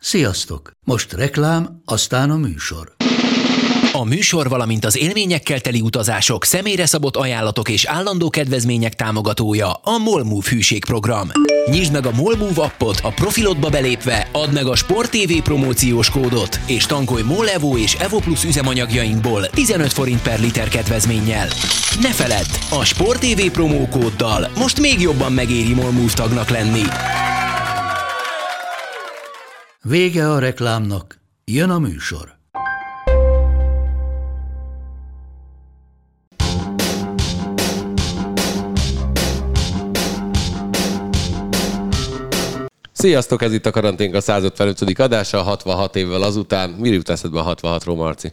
Sziasztok! Most reklám, aztán a műsor. A műsor, valamint az élményekkel teli utazások, személyre szabott ajánlatok és állandó kedvezmények támogatója a MOL Move hűségprogram. Nyisd meg a MOL Move appot, a profilodba belépve, add meg a Sport TV promóciós kódot, és tankolj MOL Evo és Evo Plus üzemanyagjainkból 15 forint per liter kedvezménnyel. Ne feledd, a Sport TV promókóddal most még jobban megéri MOL Move tagnak lenni. Vége a reklámnak, jön a műsor. Sziasztok, ez itt a Karanténka 155. adása, 66 évvel azután. Mi jut eszedbe a 66-ról, Marci?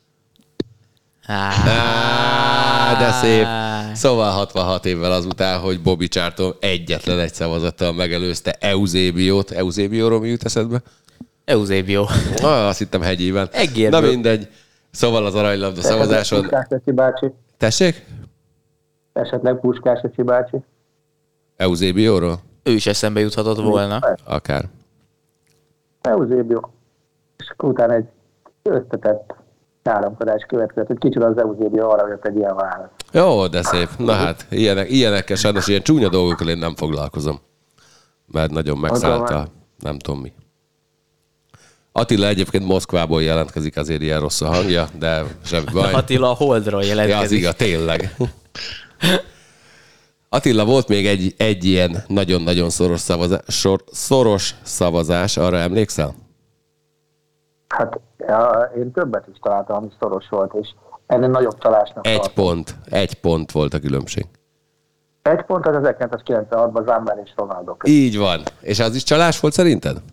De szép. Szóval 66 évvel azután, hogy Bobby Charlton egyetlen egy szavazattal megelőzte Eusebio-t. Eusebióról mi jut eszedbe? Eusebio. Azt hittem Hegyében. Egérből. Na mindegy. Szóval az aranylabda szavazáson... Puskás bácsi. Tessék? Esetleg Puskás bácsi. Eusebióról? Ő is eszembe juthatott volna. Akár. Eusebio. És utána egy összetett államkodás következett, hogy kicsoda az Eusebio, arra jött egy ilyen válasz. Jó, de szép. Na hát, ilyenekkel sajnos ilyen csúnya dolgokkal én nem foglalkozom. Mert nagyon megszállta, nem tudom mi. Attila egyébként Moszkvából jelentkezik, azért ilyen rossz a hangja, de semmi baj. Attila a Holdról jelentkezik. Ja, az igaz, tényleg. Attila, volt még egy ilyen nagyon-nagyon szoros szavazás, arra emlékszel? Hát én többet is találtam, ami szoros volt, és ennél nagyobb csalásnak Egy pont volt a különbség. Egy pont az 1996-ban Zammer és Ronaldo között. Így van. És az is csalás volt szerinted?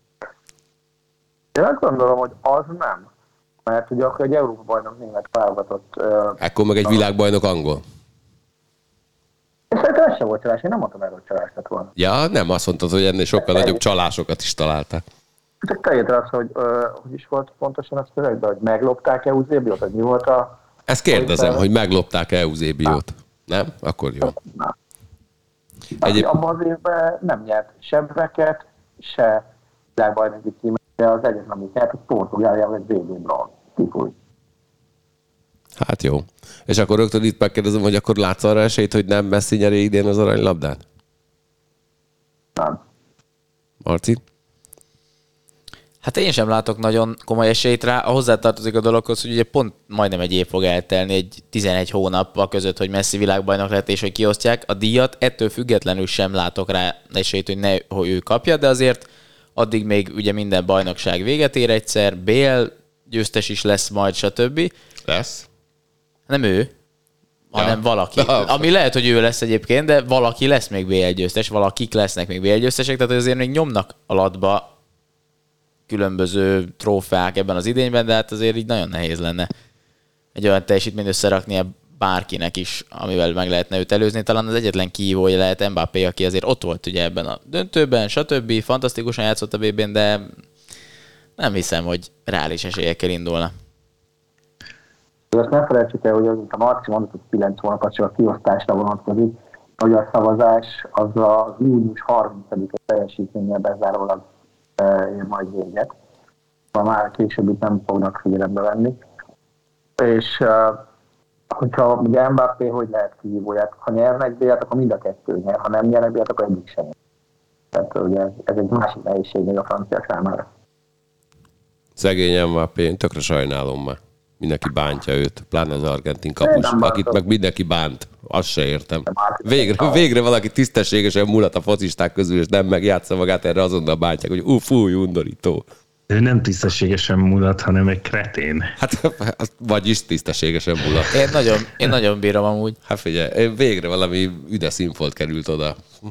Én azt gondolom, hogy az nem. Mert ugye akkor egy Európa-bajnok német válogatott... Ekkor meg egy világbajnok angol. És szerintem ez sem volt csalás, én nem mondtam erről, hogy csalás lett volna. Ja, nem, azt mondtad, hogy ennél sokkal nagyobb csalásokat is találták. Csak tegyétre azt, hogy is volt pontosan az közegben, hogy meglopták Eusebiót, hogy mi volt a... Ezt kérdezem, hogy meglopták-e Eusebiót. Nem? Akkor jó. Abban az évben nem nyert se breket, se világbajnoki címet, de az egyetlen, amit nyert, hogy Portugáliában egy VB bronz. Kifújt. Hát jó. És akkor rögtön itt megkérdezem, hogy akkor látsz arra esélyt, hogy nem Messi nyeri idén az aranylabdát? Nem. Marci? Hát én sem látok nagyon komoly esélyt rá. Hozzátartozik a dologhoz, hogy ugye pont majdnem egy év fog eltelni, egy 11 hónap között, hogy Messi világbajnok lett és hogy kiosztják a díjat. Ettől függetlenül sem látok rá esélyt, hogy ő kapja, de azért addig még ugye minden bajnokság véget ér egyszer, BL győztes is lesz majd, stb. Lesz. Nem ő, hanem valaki. Ami lehet, hogy ő lesz egyébként, de valaki lesz még BL győztes, valakik lesznek még BL győztesek, tehát azért még nyomnak alatba különböző trófeák ebben az idényben, de hát azért így nagyon nehéz lenne egy olyan teljesítményt összeraknia bárkinek is, amivel meg lehetne őt előzni. Talán az egyetlen kihívója lehet Mbappé, aki azért ott volt ugye ebben a döntőben, stb. Fantasztikusan játszott a BB-n, de nem hiszem, hogy reális esélyekkel indulna. Azt nem felejtsük el, hogy a Marci mondott, hogy 9 hónapot csak a kiosztásra vonatkozik, hogy a szavazás az a június 30-a teljesítménnyel bezárólag ér majd véget. Már később itt nem fognak figyelembe venni. És hogyha ugye Mbappé hogy lehet kihívóját? Ha nyernek B-t, akkor mind a kettő nyer, ha nem nyernek B-t, akkor egyik sem. Tehát ugye ez egy másik nehézség még a francia számára. Szegény Mbappé, tökre sajnálom már. Mindenki bántja őt, pláne az argentin kapus, akit meg mindenki bánt. Azt se értem. Végre valaki tisztességesen mulat a focisták közül, és nem megjátsza magát, erre azonnal bántják, hogy fúj, undorító. Ő nem tisztességesen mulat, hanem egy kretén. Hát, vagyis tisztességesen mulat. Én nagyon bírom amúgy. Hát figyelj, végre valami üde színfolt került oda.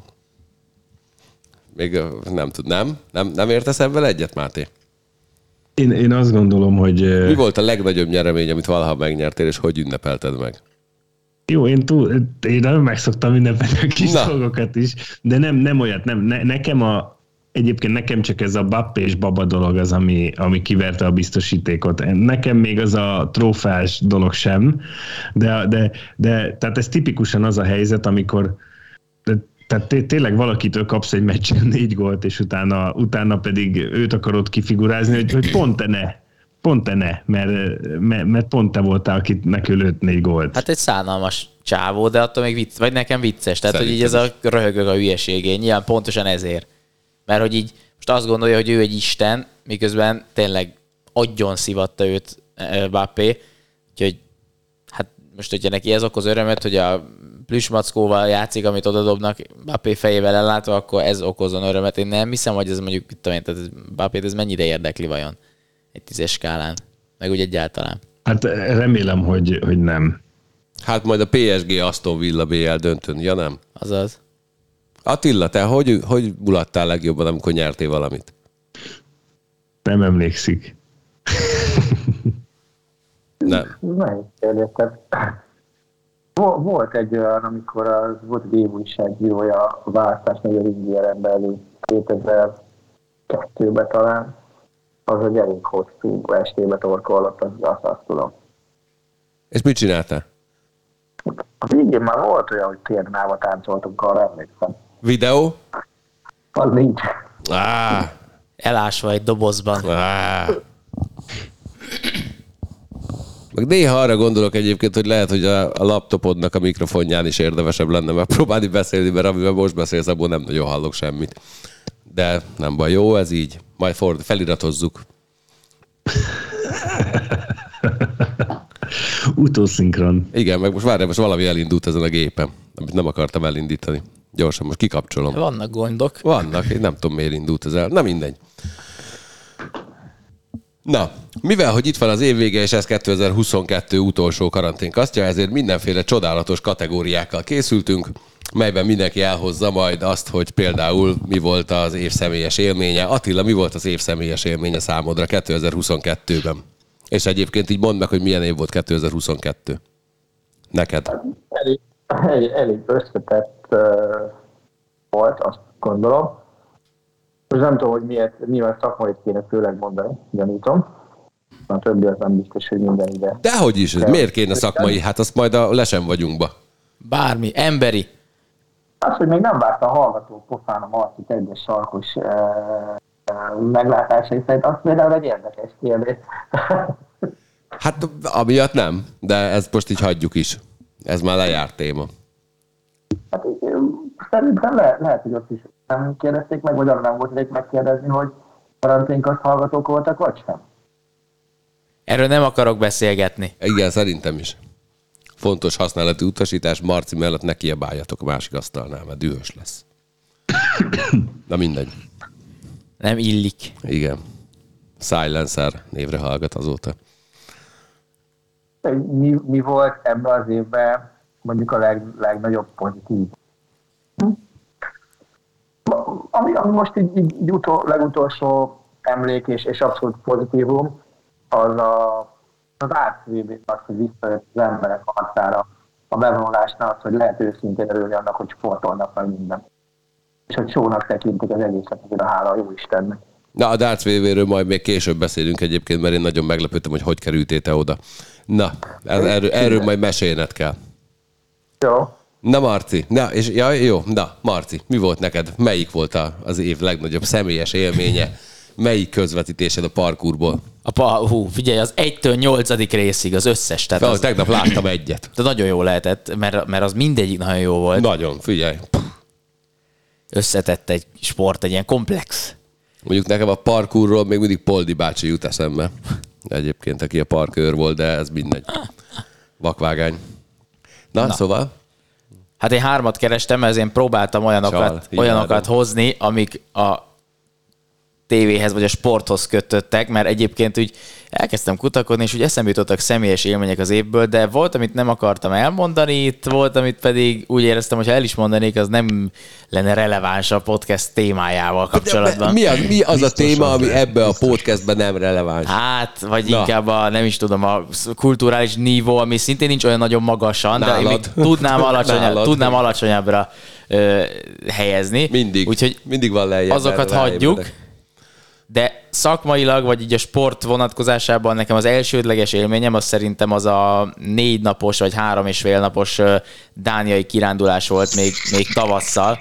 Még nem tudom, nem értesz ebben egyet, Máté? Én azt gondolom, hogy... Mi volt a legnagyobb nyeremény, amit valaha megnyertél, és hogy ünnepelted meg? Jó, én nagyon megszoktam ünnepelni a kis dolgokat is, de nem olyat, egyébként nekem csak ez a Bappé és Baba dolog az, ami kiverte a biztosítékot. Nekem még az a trófeás dolog sem, de tehát ez tipikusan az a helyzet, amikor Tehát tényleg valakitől kapsz egy meccsen 4 gólt, és utána pedig őt akarod kifigurázni, hogy pont te ne, mert pont te voltál, akinek ő lőtt 4 gólt. Hát egy szánalmas csávó, de attól még vicc, vagy nekem vicces. Tehát, hogy így ez a röhögök a hülyességén, nyilván pontosan ezért. Mert hogy így most azt gondolja, hogy ő egy isten, miközben tényleg agyon szivatta őt Mbappé, úgyhogy hát most, hogyha neki ez okoz örömet, hogy a plüsmackóval játszik, amit odadobnak Mbappé fejével ellátva, akkor ez okozzon örömet. Én nem hiszem, hogy ez mondjuk, tehát Mbappét ez mennyire érdekli vajon egy 10-es skálán, meg úgy egyáltalán. Hát remélem, hogy nem. Hát majd a PSG Aston Villa BL döntőn, ja nem? Azaz. Attila, te hogy mulattál legjobban, amikor nyertél valamit? Nem emlékszik. Nem. Nem kérdeztem. Volt egy olyan, amikor volt egy évújságírója a választás magyar Indián belül 2002-ben talán, az egy elég hosszú estébe torkollott, azt tudom. És mit csináltál? A végén már volt olyan, hogy térnába táncoltunk, arra emlékszem. Videó? Az nincs. Elásva egy dobozban. Meg néha arra gondolok egyébként, hogy lehet, hogy a laptopodnak a mikrofonján is érdemesebb lenne megpróbálni beszélni, mert amivel most beszélsz, abból nem nagyon hallok semmit. De nem baj, jó, ez így. Majd feliratozzuk. Utószinkron. Igen, meg most valami elindult ezen a gépen, amit nem akartam elindítani. Gyorsan, most kikapcsolom. Vannak gondok. Vannak, én nem tudom, miért indult ez el. Na mindegy. Na, mivel, hogy itt van az évvége, és ez 2022 utolsó karanténkasztja, ezért mindenféle csodálatos kategóriákkal készültünk, melyben mindenki elhozza majd azt, hogy például mi volt az év személyes élménye. Attila, mi volt az év személyes élménye számodra 2022-ben? És egyébként így mondd meg, hogy milyen év volt 2022. Neked? Elég összetett volt, azt gondolom. Most nem tudom, hogy mivel szakmait kéne főleg mondani, gyanítom. A többi az nem biztos, hogy minden ide. Dehogy is, miért kéne szakmai? Hát azt majd a lesen vagyunkba. Bármi, emberi. Az, hogy még nem várta a hallgató pofán a Marcit egyes sarkos meglátásai szerint, az például egy érdekes kérdés. Hát amiatt nem, de ezt most így hagyjuk is. Ez már lejárt téma. Hát szerintem lehet, hogy ott is nem kérdezték meg, vagy arra nem volt elég megkérdezni, hogy karanténkast hallgatók voltak, vagy sem. Erről nem akarok beszélgetni. Igen, szerintem is. Fontos használati utasítás, Marci mellett ne kiabáljatok a másik asztalnál, mert dühös lesz. Na mindegy. Nem illik. Igen. Silencer névre hallgat azóta. Mi volt ebben az évben mondjuk a legnagyobb pozitív? Ami most így legutolsó emlék és abszolút pozitívum, az ACVB, az, hogy visszajött az emberek arcára a bevonulásnál, az, hogy lehet őszintén örülni annak, hogy sportolnak meg minden. És hogy sónak tekintik az egészet, azért a hála jó Istennek. Na, a Darts VV-ről majd még később beszélünk egyébként, mert én nagyon meglepődtem, hogy kerültél te oda. Na, erről majd mesélned kell. Jó. Na, Marci, jó, Marci, mi volt neked? Melyik volt az év legnagyobb személyes élménye? Melyik közvetítésed a parkourból? Figyelj, az 1-től 8. részig az összes. Tehát tegnap láttam egyet. De nagyon jó lehetett, mert az mindegyik nagyon jó volt. Nagyon, figyelj. Összetett egy sport, egy ilyen komplex. Mondjuk nekem a parkourról még mindig Poldi bácsi jut eszembe. Egyébként, aki a parkőr volt, de ez mindegy. Vakvágány. Na, szóval? Hát én 3 kerestem, ezért én próbáltam olyanokat hozni, amik a tévéhez vagy a sporthoz kötöttek, mert egyébként úgy elkezdtem kutakodni, és úgy eszembe jutottak személyes élmények az évből, de volt, amit nem akartam elmondani, itt volt, amit pedig úgy éreztem, hogy ha el is mondanék, az nem lenne releváns a podcast témájával kapcsolatban. Mi az a téma, ami ebbe a podcastben nem releváns? Hát, vagy inkább nem is tudom, a kulturális nívó, ami szintén nincs olyan nagyon magasan, nálad. De én még tudnám alacsonyabbra helyezni. Mindig. Úgyhogy mindig van lejjebb. azokat hagyjuk. de szakmailag, vagy így a sport vonatkozásában nekem az elsődleges élményem, az szerintem az a 4 napos, vagy 3,5 napos dániai kirándulás volt még tavasszal.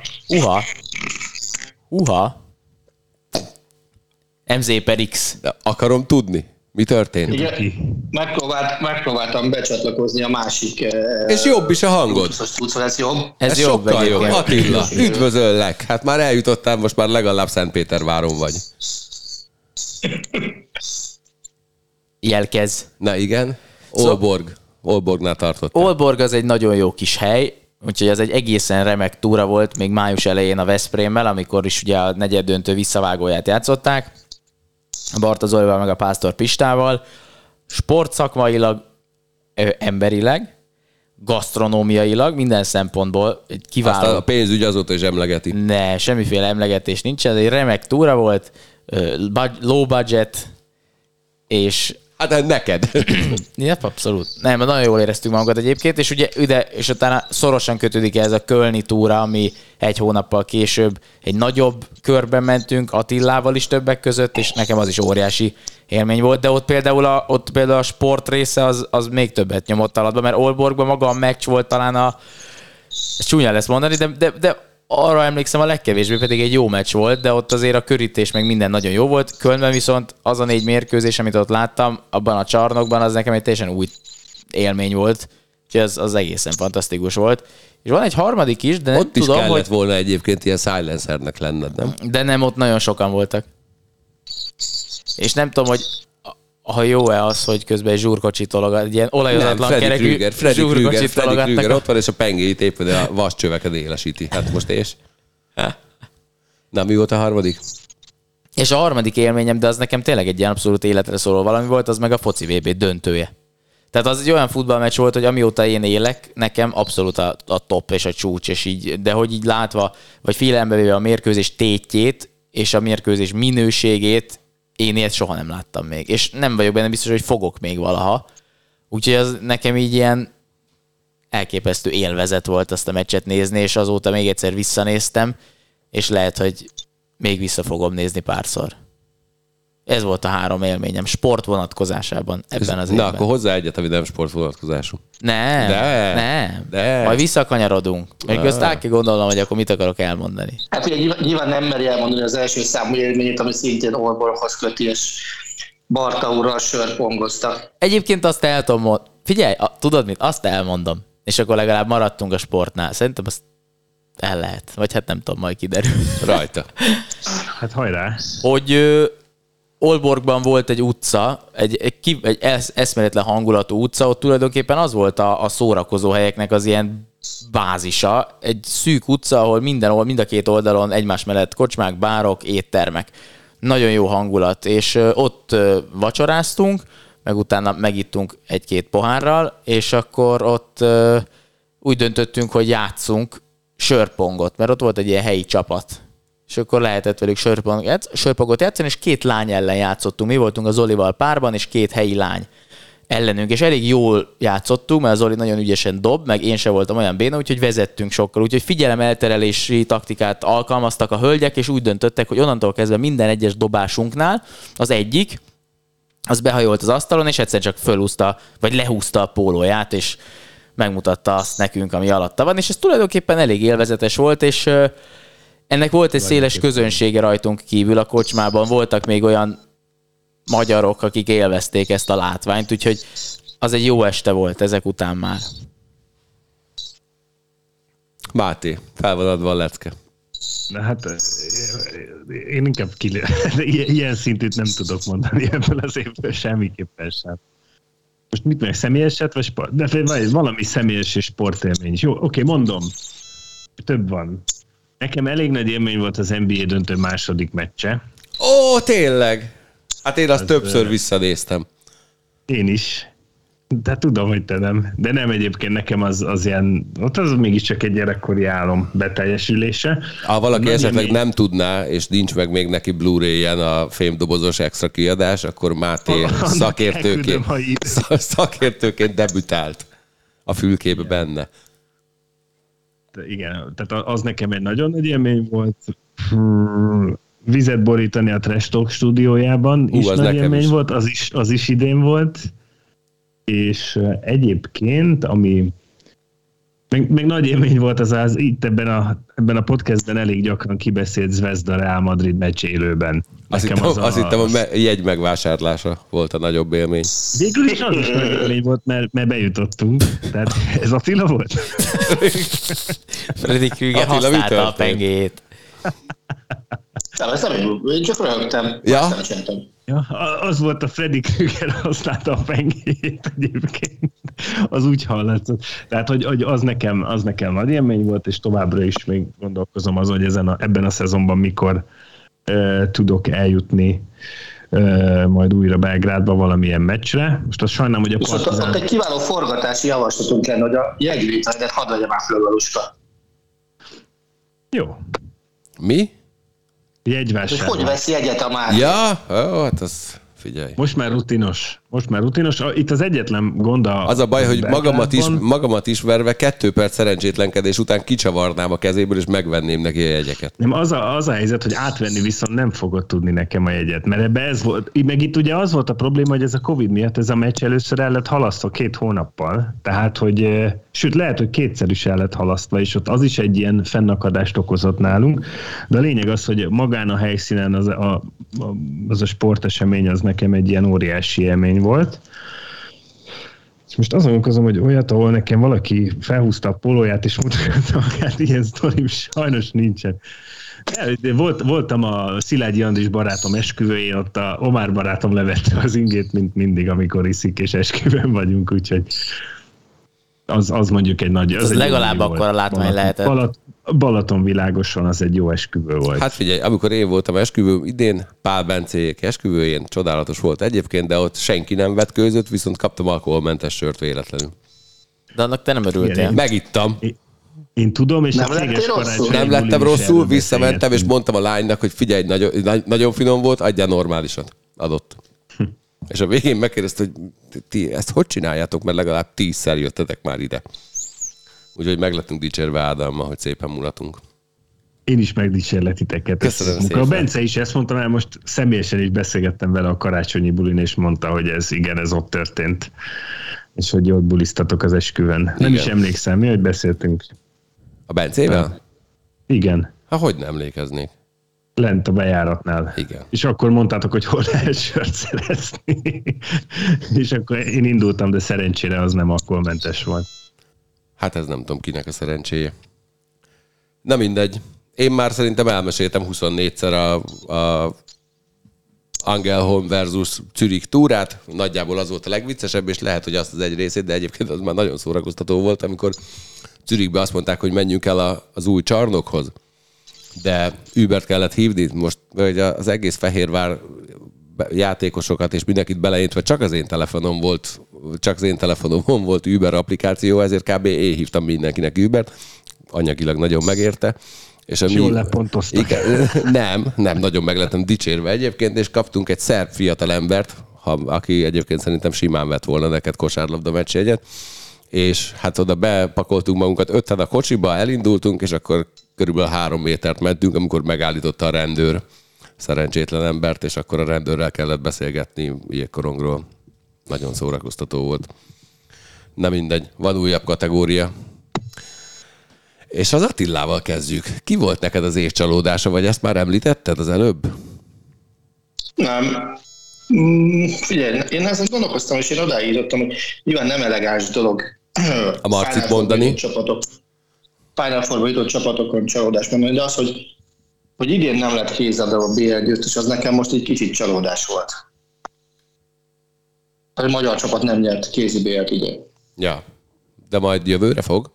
MZ per X. Akarom tudni, mi történt. Igen, megpróbáltam becsatlakozni a másik... És jobb is a hangod. Ez jobb? Ez jobb sokkal jobb. egyébként. Attila, üdvözöllek. Hát már eljutottál, most már legalább Szentpéterváron vagy. Jelkez. Na igen. Olborgnál tartott. Olborg az egy nagyon jó kis hely, úgyhogy ez egy egészen remek túra volt, még május elején a Veszprémmel, amikor is ugye a negyeddöntő visszavágóját játszották. A Barta Zolival meg a Pásztor Pistával. Sportszakmailag, emberileg, gasztronómiailag, minden szempontból egy kiváló... Aztán a pénzügy azóta is emlegeti. Ne, semmiféle emlegetés nincs, ez egy remek túra volt, low budget, és... Hát neked. Ja, abszolút. Nem, nagyon jól éreztük magunkat egyébként, és ugye és utána szorosan kötődik ez a kölni túra, ami 1 hónappal később egy nagyobb körben mentünk, Attilával is többek között, és nekem az is óriási élmény volt, de ott például a sport része az még többet nyomott alatba, mert Olborgban maga a meccs volt talán ez csúnya lesz mondani, de arra emlékszem a legkevésbé, pedig egy jó meccs volt, de ott azért a körítés meg minden nagyon jó volt. Kölnben viszont az a 4 mérkőzés, amit ott láttam, abban a csarnokban, az nekem egy teljesen új élmény volt. Úgyhogy az egészen fantasztikus volt. És van egy harmadik is, de nem ott tudom, is kellett volna egyébként ilyen silencernek lenned, nem? De nem, ott nagyon sokan voltak. És nem tudom, hogy ha jó-e az, hogy közben egy zsúrkocsit tologat, egy ilyen olajozatlan kerekű Freddy Krüger ott van, és a pengéit éppen a vascsöveket élesíti. Hát most Na, mi volt a harmadik? És a harmadik élményem, de az nekem tényleg egy ilyen abszolút életre szóló valami volt, az meg a foci VB döntője. Tehát az egy olyan futballmeccs volt, hogy amióta én élek, nekem abszolút a top és a csúcs, és így, de hogy így látva, vagy figyelembe véve a mérkőzés tétjét, és a mérkőzés minőségét, én ilyet soha nem láttam még. És nem vagyok benne biztos, hogy fogok még valaha. Úgyhogy az nekem így ilyen elképesztő élvezet volt azt a meccset nézni, és azóta még egyszer visszanéztem, és lehet, hogy még vissza fogom nézni párszor. Ez volt a 3 élményem sport vonatkozásában ebben az évben. Na, akkor hozzá egyet, ami nem sport vonatkozású. Nem. Majd visszakanyarodunk. Még azt el kell gondolnom, hogy akkor mit akarok elmondani. Hát ugye nyilván nem meri elmondani az első számú élményét, ami szintén Olborghoz köti, és Barta úrral sörpongoztak. Egyébként azt el tudom mondani. Figyelj, tudod mit? Azt elmondom. És akkor legalább maradtunk a sportnál. Szerintem azt el lehet. Vagy hát nem tudom, majd kiderül. Rajta. Hát hajrá. Hogy Olborgban volt egy utca, egy eszméletlen hangulatú utca, ott tulajdonképpen az volt a szórakozó helyeknek az ilyen bázisa. Egy szűk utca, ahol mindenhol, mind a két oldalon egymás mellett kocsmák, bárok, éttermek. Nagyon jó hangulat, és ott vacsoráztunk, meg utána megittunk 1-2 pohárral, és akkor ott úgy döntöttünk, hogy játszunk sörpongot, mert ott volt egy ilyen helyi csapat. És akkor lehetett velük sörpongot játszani, és 2 lány ellen játszottunk. Mi voltunk a Zolival párban, és 2 helyi lány ellenünk, és elég jól játszottunk, mert a Zoli nagyon ügyesen dob, meg én sem voltam olyan béna, úgyhogy vezettünk sokkal. Úgyhogy figyelemelterelési taktikát alkalmaztak a hölgyek, és úgy döntöttek, hogy onnantól kezdve minden egyes dobásunknál az egyik, az behajolt az asztalon, és egyszer csak fölhúzta, vagy lehúzta a pólóját, és megmutatta azt nekünk, ami alatta van, és ez tulajdonképpen elég élvezetes volt, és ennek volt egy széles közönsége rajtunk kívül a kocsmában, voltak még olyan magyarok, akik élvezték ezt a látványt, úgyhogy az egy jó este volt ezek után már. Máté, fel van adva a lecke. Na hát én inkább ilyen szintűt nem tudok mondani ebből az évből semmiképpen sem. Most mit meg, személyeset vagy sport? De valami személyes és sportélmény is. Jó, oké, mondom. Több van. Nekem elég nagy élmény volt az NBA döntő második meccse. Ó, tényleg? Hát én azt többször visszanéztem. Én is. De tudom, hogy te nem. De nem, egyébként nekem az ilyen, ott az mégiscsak egy gyerekkori álom beteljesülése. Ha valaki esetleg nem tudná, és nincs meg még neki Blu-ray-en a fémdobozos extra kiadás, akkor Máté szakértőként debütált a fülkébe benne. Igen, tehát az nekem egy nagyon nagy élmény volt. vizet borítani a Trash Talk stúdiójában is nagy élmény volt, az is idén volt, és egyébként, ami még nagy élmény volt az itt ebben a podcastben elég gyakran kibeszélt Zvezda Real Madrid meccs élőben. Azt hittem a jegy megvásárlása volt a nagyobb élmény. Végül is az is nagy élmény volt, mert bejutottunk. Tehát ez Attila volt? Freddy Krüger használta a pengéjét. Én csak röhögtem. Ja? Ja, az volt a Freddy Krüger, használta a pengéjét egyébként. Az úgy hallatszott. Tehát, hogy az nekem nagy élmény volt, és továbbra is még gondolkozom azon, hogy ebben a szezonban mikor tudok eljutni majd újra Belgrádba valamilyen meccsre. Most azt sajnálom, hogy a Partizán... Ott egy kiváló forgatási javaslatunk lenne, hogy a jegyvételdet hadd adja már föl a Luska. Jó. Mi? Jegyvásárlás. Hogy veszi jegyet a már? Ja, hát az figyelj. Most már rutinos. Itt az egyetlen gond az a baj, hogy magamat is verve 2 perc szerencsétlenkedés után kicsavarnám a kezéből, és megvenném neki a jegyeket. Nem, az a helyzet, hogy átvenni viszont nem fogod tudni nekem a jegyet, mert ebbe ez volt. Meg itt ugye az volt a probléma, hogy ez a Covid miatt ez a meccs először el lett halasztva 2 hónappal. Tehát, hogy sőt, lehet, hogy 2-szer is el lett halasztva, és ott az is egy ilyen fennakadást okozott nálunk. De a lényeg az, hogy magán a helyszínen az a sportesemény az nekem egy ilyen óriási élmény volt. És most azon gondolkozom, hogy olyat, ahol nekem valaki felhúzta a pólóját és mutatta magát, ilyen sztorim sajnos nincsen. Voltam a Szilágyi Andris barátom esküvőjén, ott a Omár barátom levette az ingét, mint mindig, amikor iszik és esküvőn vagyunk, úgyhogy az mondjuk egy nagy... Az legalább akkor a látvány lehetett. Balatonvilágoson az egy jó esküvő volt. Hát figyelj, amikor én voltam esküvő idén, Pál Bencéjék esküvőjén, csodálatos volt egyébként, de ott senki nem vetkőzött, viszont kaptam alkoholmentes sört véletlenül. De annak te nem örültél. Igen, megittam. Én tudom, és nem lettem rosszul, visszamentem, és mondtam a lánynak, hogy figyelj, nagyon finom volt, adjál normálisat. Adott. És a végén megkérdezte, hogy ti ezt hogy csináljátok, mert legalább 10-szer jöttetek már ide. Úgyhogy meg lettünk dicsérve Ádámmal, hogy szépen mulatunk. Én is megdicsérlek titeket. Köszönöm szépen. A Bence is ezt mondta, mert most személyesen is beszélgettem vele a karácsonyi bulin, és mondta, hogy ez ott történt. És hogy ott bulisztatok az esküvőn. Nem is emlékszem, mi, hogy beszéltünk. A Bencével? Igen. Hogy nem emlékeznék? Lent a bejáratnál. Igen. És akkor mondtátok, hogy hol lehet sört szerezni. És akkor én indultam, de szerencsére az nem alkoholmentes volt. Hát ez nem tudom kinek a szerencséje. Na mindegy. Én már szerintem elmeséltem 24-szer a Angelholm versus Zürich túrát. Nagyjából az volt a legviccesebb, és lehet, hogy azt az egy részét, de egyébként az már nagyon szórakoztató volt, amikor Zürichbe azt mondták, hogy menjünk el az új csarnokhoz. De Ubert kellett hívni, most hogy az egész Fehérvár játékosokat és mindenkit beleintve csak az én telefonomon volt Uber applikáció, ezért kb. Én hívtam mindenkinek Ubert, anyagilag nagyon megérte. És jól lepontoztak. Nem, nagyon meg lettem dicsérve egyébként, és kaptunk egy szerb fiatalembert, aki egyébként szerintem simán vett volna neked kosárlabda meccsjegyet, és hát oda bepakoltunk magunkat 5-en a kocsiba, elindultunk, és akkor körülbelül 3 métert mentünk, amikor megállította a rendőr szerencsétlen embert, és akkor a rendőrrel kellett beszélgetni jégkorongról. Nagyon szórakoztató volt. Na mindegy, van újabb kategória. És az Attilával kezdjük. Ki volt neked az évcsalódása, vagy ezt már említetted az előbb? Nem. Figyelj, én ezen gondolkoztam, és én odaírottam, hogy nyilván nem elegáns dolog a Marcit mondani. Final Fourba jutott csapatokon csalódás mondani, de az, hogy idén nem lett kézilabda a BL győztes, az nekem most egy kicsit csalódás volt. A magyar csapat nem nyert kézi BL-t idén. Ja, de majd jövőre fog?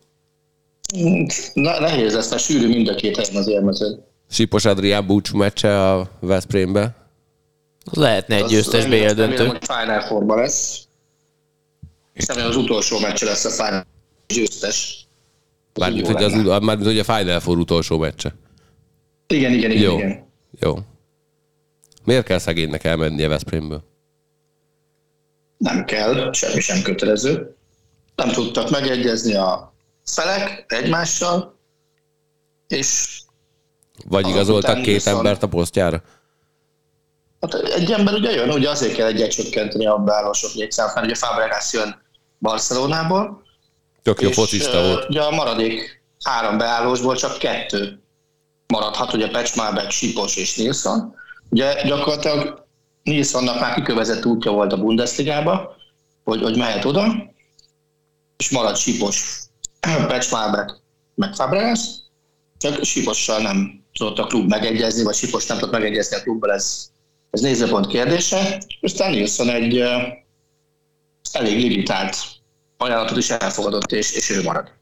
Nehéz lesz, mert sűrű mind a két helyen az élmezőn. Sipos Adrián búcsú meccse a Veszprémbe. Lehetne egy győztes BL döntő. Remélem, hogy Final Fourba lesz. És remélem az utolsó meccse lesz a Final győztes. Mármint, hogy a Final Four utolsó meccse. Igen. Jó. Miért kell szegénynek elmennie Veszprémből? Nem kell, semmi sem kötelező. Nem tudtak megegyezni a felek egymással, és Vagy igazoltak két embert a posztjára? Hát egy ember ugye jön, ugye azért kell egyet csökkenteni a beállósok létszámát, mert ugye Fábregas jön Barcelonából. Tök jó focista volt. Ugye a maradék 3 beállósból csak 2 maradhat, ugye Pečmálbek, Sipos és Nilsson. Ugye gyakorlatilag Nilssonnak már kikövezett útja volt a Bundesligába, hogy mehet oda, és marad Sipos, Pečmálbek, meg Fábregas. Csak Sipossal nem tudott a klub megegyezni, vagy Sipos nem tudott megegyezni a klubbal, ez nézőpont kérdése. Aztán Nilsson egy elég limitált ajánlatot is elfogadott, és ő marad.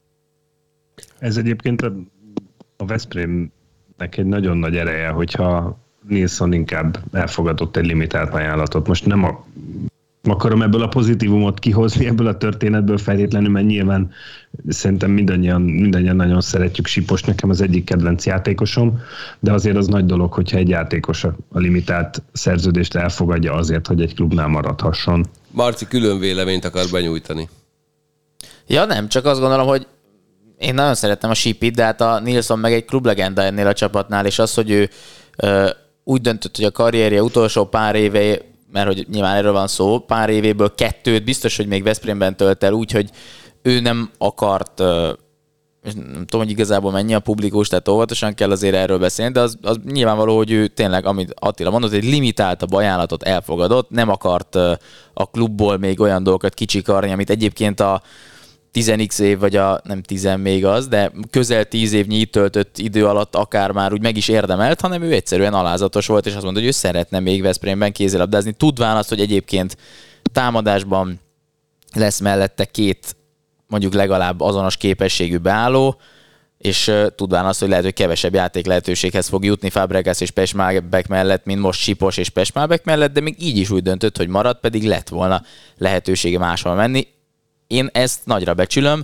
Ez egyébként a Veszprémnek egy nagyon nagy ereje, hogyha Nilsson inkább elfogadott egy limitált ajánlatot. Most nem akarom ebből a pozitívumot kihozni ebből a történetből feltétlenül, mert nyilván szerintem mindannyian nagyon szeretjük Sipost, nekem az egyik kedvenc játékosom, de azért az nagy dolog, hogyha egy játékos a limitált szerződést elfogadja azért, hogy egy klubnál maradhasson. Marci külön véleményt akar benyújtani. Ja nem, csak azt gondolom, hogy én nagyon szerettem a Sipit, de hát a Nilsson meg egy klublegenda ennél a csapatnál, és az, hogy ő úgy döntött, hogy a karrierje utolsó pár éve, mert hogy nyilván erről van szó, pár évéből 2 biztos, hogy még Veszprémben tölt el, úgyhogy ő nem akart, nem tudom, hogy igazából mennyi a publikus, tehát óvatosan kell azért erről beszélni, de az nyilvánvaló, hogy ő tényleg, amit Attila mondott, egy limitáltabb ajánlatot elfogadott, nem akart a klubból még olyan dolgokat kicsikarni, amit egyébként a 10x év, vagy nem 10 még az, de közel 10 évnyi itt töltött idő alatt akár már úgy meg is érdemelt, hanem ő egyszerűen alázatos volt, és azt mondta, hogy ő szeretne még Veszprémben kézilabdázni, tudván azt, hogy egyébként támadásban lesz mellette 2 mondjuk legalább azonos képességű beálló, és tudván azt, hogy lehet, hogy kevesebb játék lehetőséghez fog jutni Fábregas és Pečmálbek mellett, mint most Sipos és Pečmálbek mellett, de még így is úgy döntött, hogy marad, pedig lett volna lehetősége máshol menni. Én ezt nagyra becsülöm.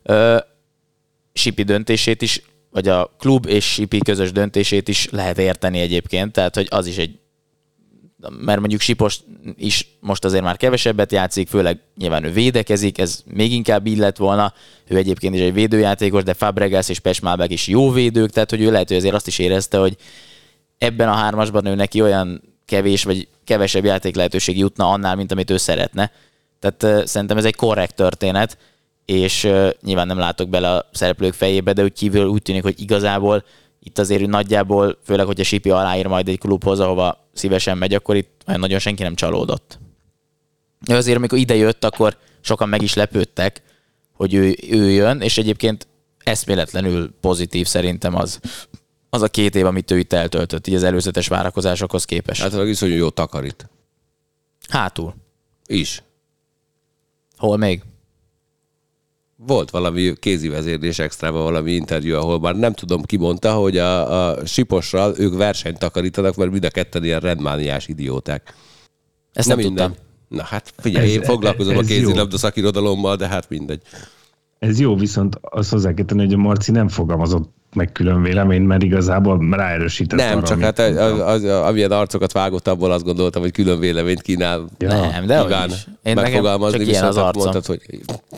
Sipi döntését is, vagy a klub és Sipi közös döntését is lehet érteni egyébként, tehát hogy az is egy, mert mondjuk Sipos is most azért már kevesebbet játszik, főleg nyilván ő védekezik, ez még inkább így lett volna, ő egyébként is egy védőjátékos, de Fábregas és Pečmálbek is jó védők, tehát hogy ő lehet, hogy azért azt is érezte, hogy ebben a 3-asban ő neki olyan kevés, vagy kevesebb játék lehetőség jutna annál, mint amit ő szeretne. Tehát szerintem ez egy korrekt történet, és nyilván nem látok bele a szereplők fejébe, de úgy kívül úgy tűnik, hogy igazából itt azért nagyjából, főleg, hogyha Sipi aláír majd egy klubhoz, ahova szívesen megy, akkor itt nagyon senki nem csalódott. Azért, amikor ide jött, akkor sokan meg is lepődtek, hogy ő jön, és egyébként eszméletlenül pozitív szerintem az a 2 év, amit ő itt eltöltött, így az előzetes várakozásokhoz képest. Hát meg iszonyú jó takarít. Hátul. Is. Hol még? Volt valami kézi vezérlés extrában valami interjú, ahol már nem tudom ki mondta, hogy a Sipossal ők versenyt takarítanak, mert mind a ketten ilyen rendmániás idióták. Ezt nem tudtam. Na hát figyelj, én foglalkozom a kézilabda szakirodalommal, de hát mindegy. Ez jó, viszont azt hozzá kell tenni, hogy a Marci nem fogalmazott meg külön vélemény, mert igazából ráerősített nem, arra, csak hát amilyen arcokat vágott, abból azt gondoltam, hogy külön véleményt kínál. Ja. Nem, de Iván én megfogalmazni, viszont az arcom. Mondtad, hogy...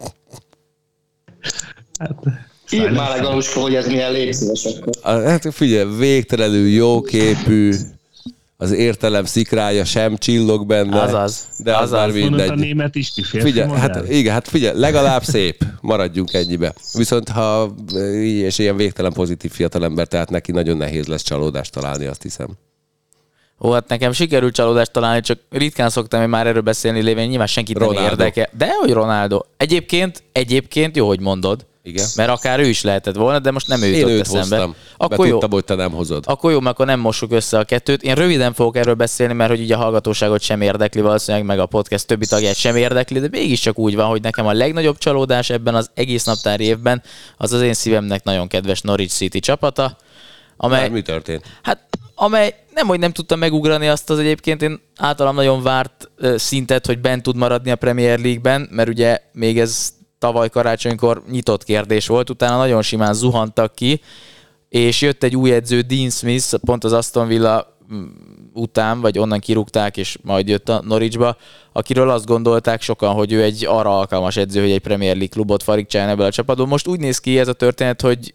Írd már le, Galuska, hogy ez milyen létszíves akkor. Hát figyelj, végtelenül jóképű, az értelem szikrája sem csillog benne. Azaz. De az már mindegy. A német is figyelj, legalább szép, maradjunk ennyibe. Viszont ha és ilyen végtelen pozitív fiatalember, tehát neki nagyon nehéz lesz csalódást találni, azt hiszem. Ó, hát nekem sikerült csalódást találni, csak ritkán szoktam én már erről beszélni, lévén nyilván senkit nem érdekel. De hogy Ronaldo. Egyébként jó, hogy mondod. Igen. Mert akár ő is lehetett volna, de most nem ő jutott eszembe. Hoztam, akkor jó. Tudtam, hogy te nem hozod. Akkor jó, mert akkor nem mossuk össze a kettőt. Én röviden fogok erről beszélni, mert hogy ugye a hallgatóságot sem érdekli valószínűleg, meg a podcast többi tagját sem érdekli, de mégiscsak úgy van, hogy nekem a legnagyobb csalódás ebben az egész naptári évben az én szívemnek nagyon kedves Norwich City csapata, amely... Már mi történt? Hát amely nem tudtam megugrani azt az egyébként én általam nagyon várt szintet, hogy bent tud maradni a Premier League-ben, mert ugye még ez tavaly karácsonykor nyitott kérdés volt, utána nagyon simán zuhantak ki, és jött egy új edző, Dean Smith, pont az Aston Villa után, vagy onnan kirúgták, és majd jött a Norwichba, akiről azt gondolták sokan, hogy ő egy arra alkalmas edző, hogy egy Premier League klubot farigcsáljon ebből a csapatból. Most úgy néz ki ez a történet, hogy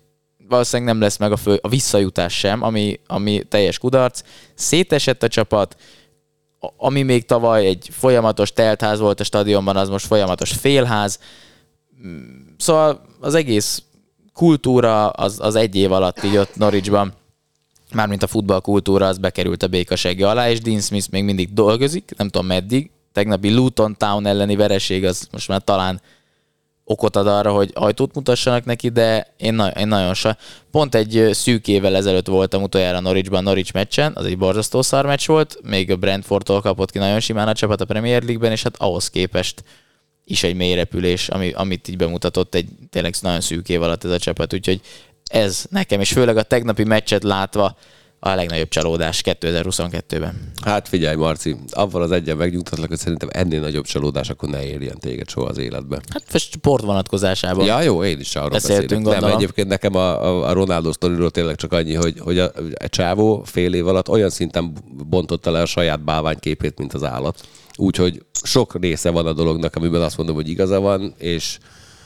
valószínűleg nem lesz meg a visszajutás sem, ami teljes kudarc. Szétesett a csapat, ami még tavaly egy folyamatos teltház volt a stadionban, az most folyamatos félház. Szóval az egész kultúra az egy év alatt így ott Norwichban, mármint a futballkultúra, az bekerült a békasegge alá, és Dean Smith még mindig dolgozik, nem tudom meddig. Tegnapi Luton Town elleni vereség az most már talán okot ad arra, hogy ajtót mutassanak neki, de én nagyon pont egy szűk évvel ezelőtt voltam utoljára Norwichban, Norwich meccsen, az egy borzasztó szar meccs volt, még a Brentfordtól kapott ki nagyon simán a csapat a Premier League-ben, és hát ahhoz képest is egy mély repülés, amit így bemutatott egy tényleg nagyon szűk év alatt ez a csapat, úgyhogy ez nekem, és főleg a tegnapi meccset látva a legnagyobb csalódás 2022-ben. Hát figyelj, Marci, avval az egyen megnyugtatlak, hogy szerintem ennél nagyobb csalódás akkor ne érjen téged soha az életben. Hát most sport vonatkozásában. Ja, jó, én is arról beszélek. Nem, egyébként nekem a Ronaldo sztoriról tényleg csak annyi, hogy a csávó fél év alatt olyan szinten bontotta le a saját bálványképét, mint az állat. Úgyhogy sok része van a dolognak, amiben azt mondom, hogy igaza van, és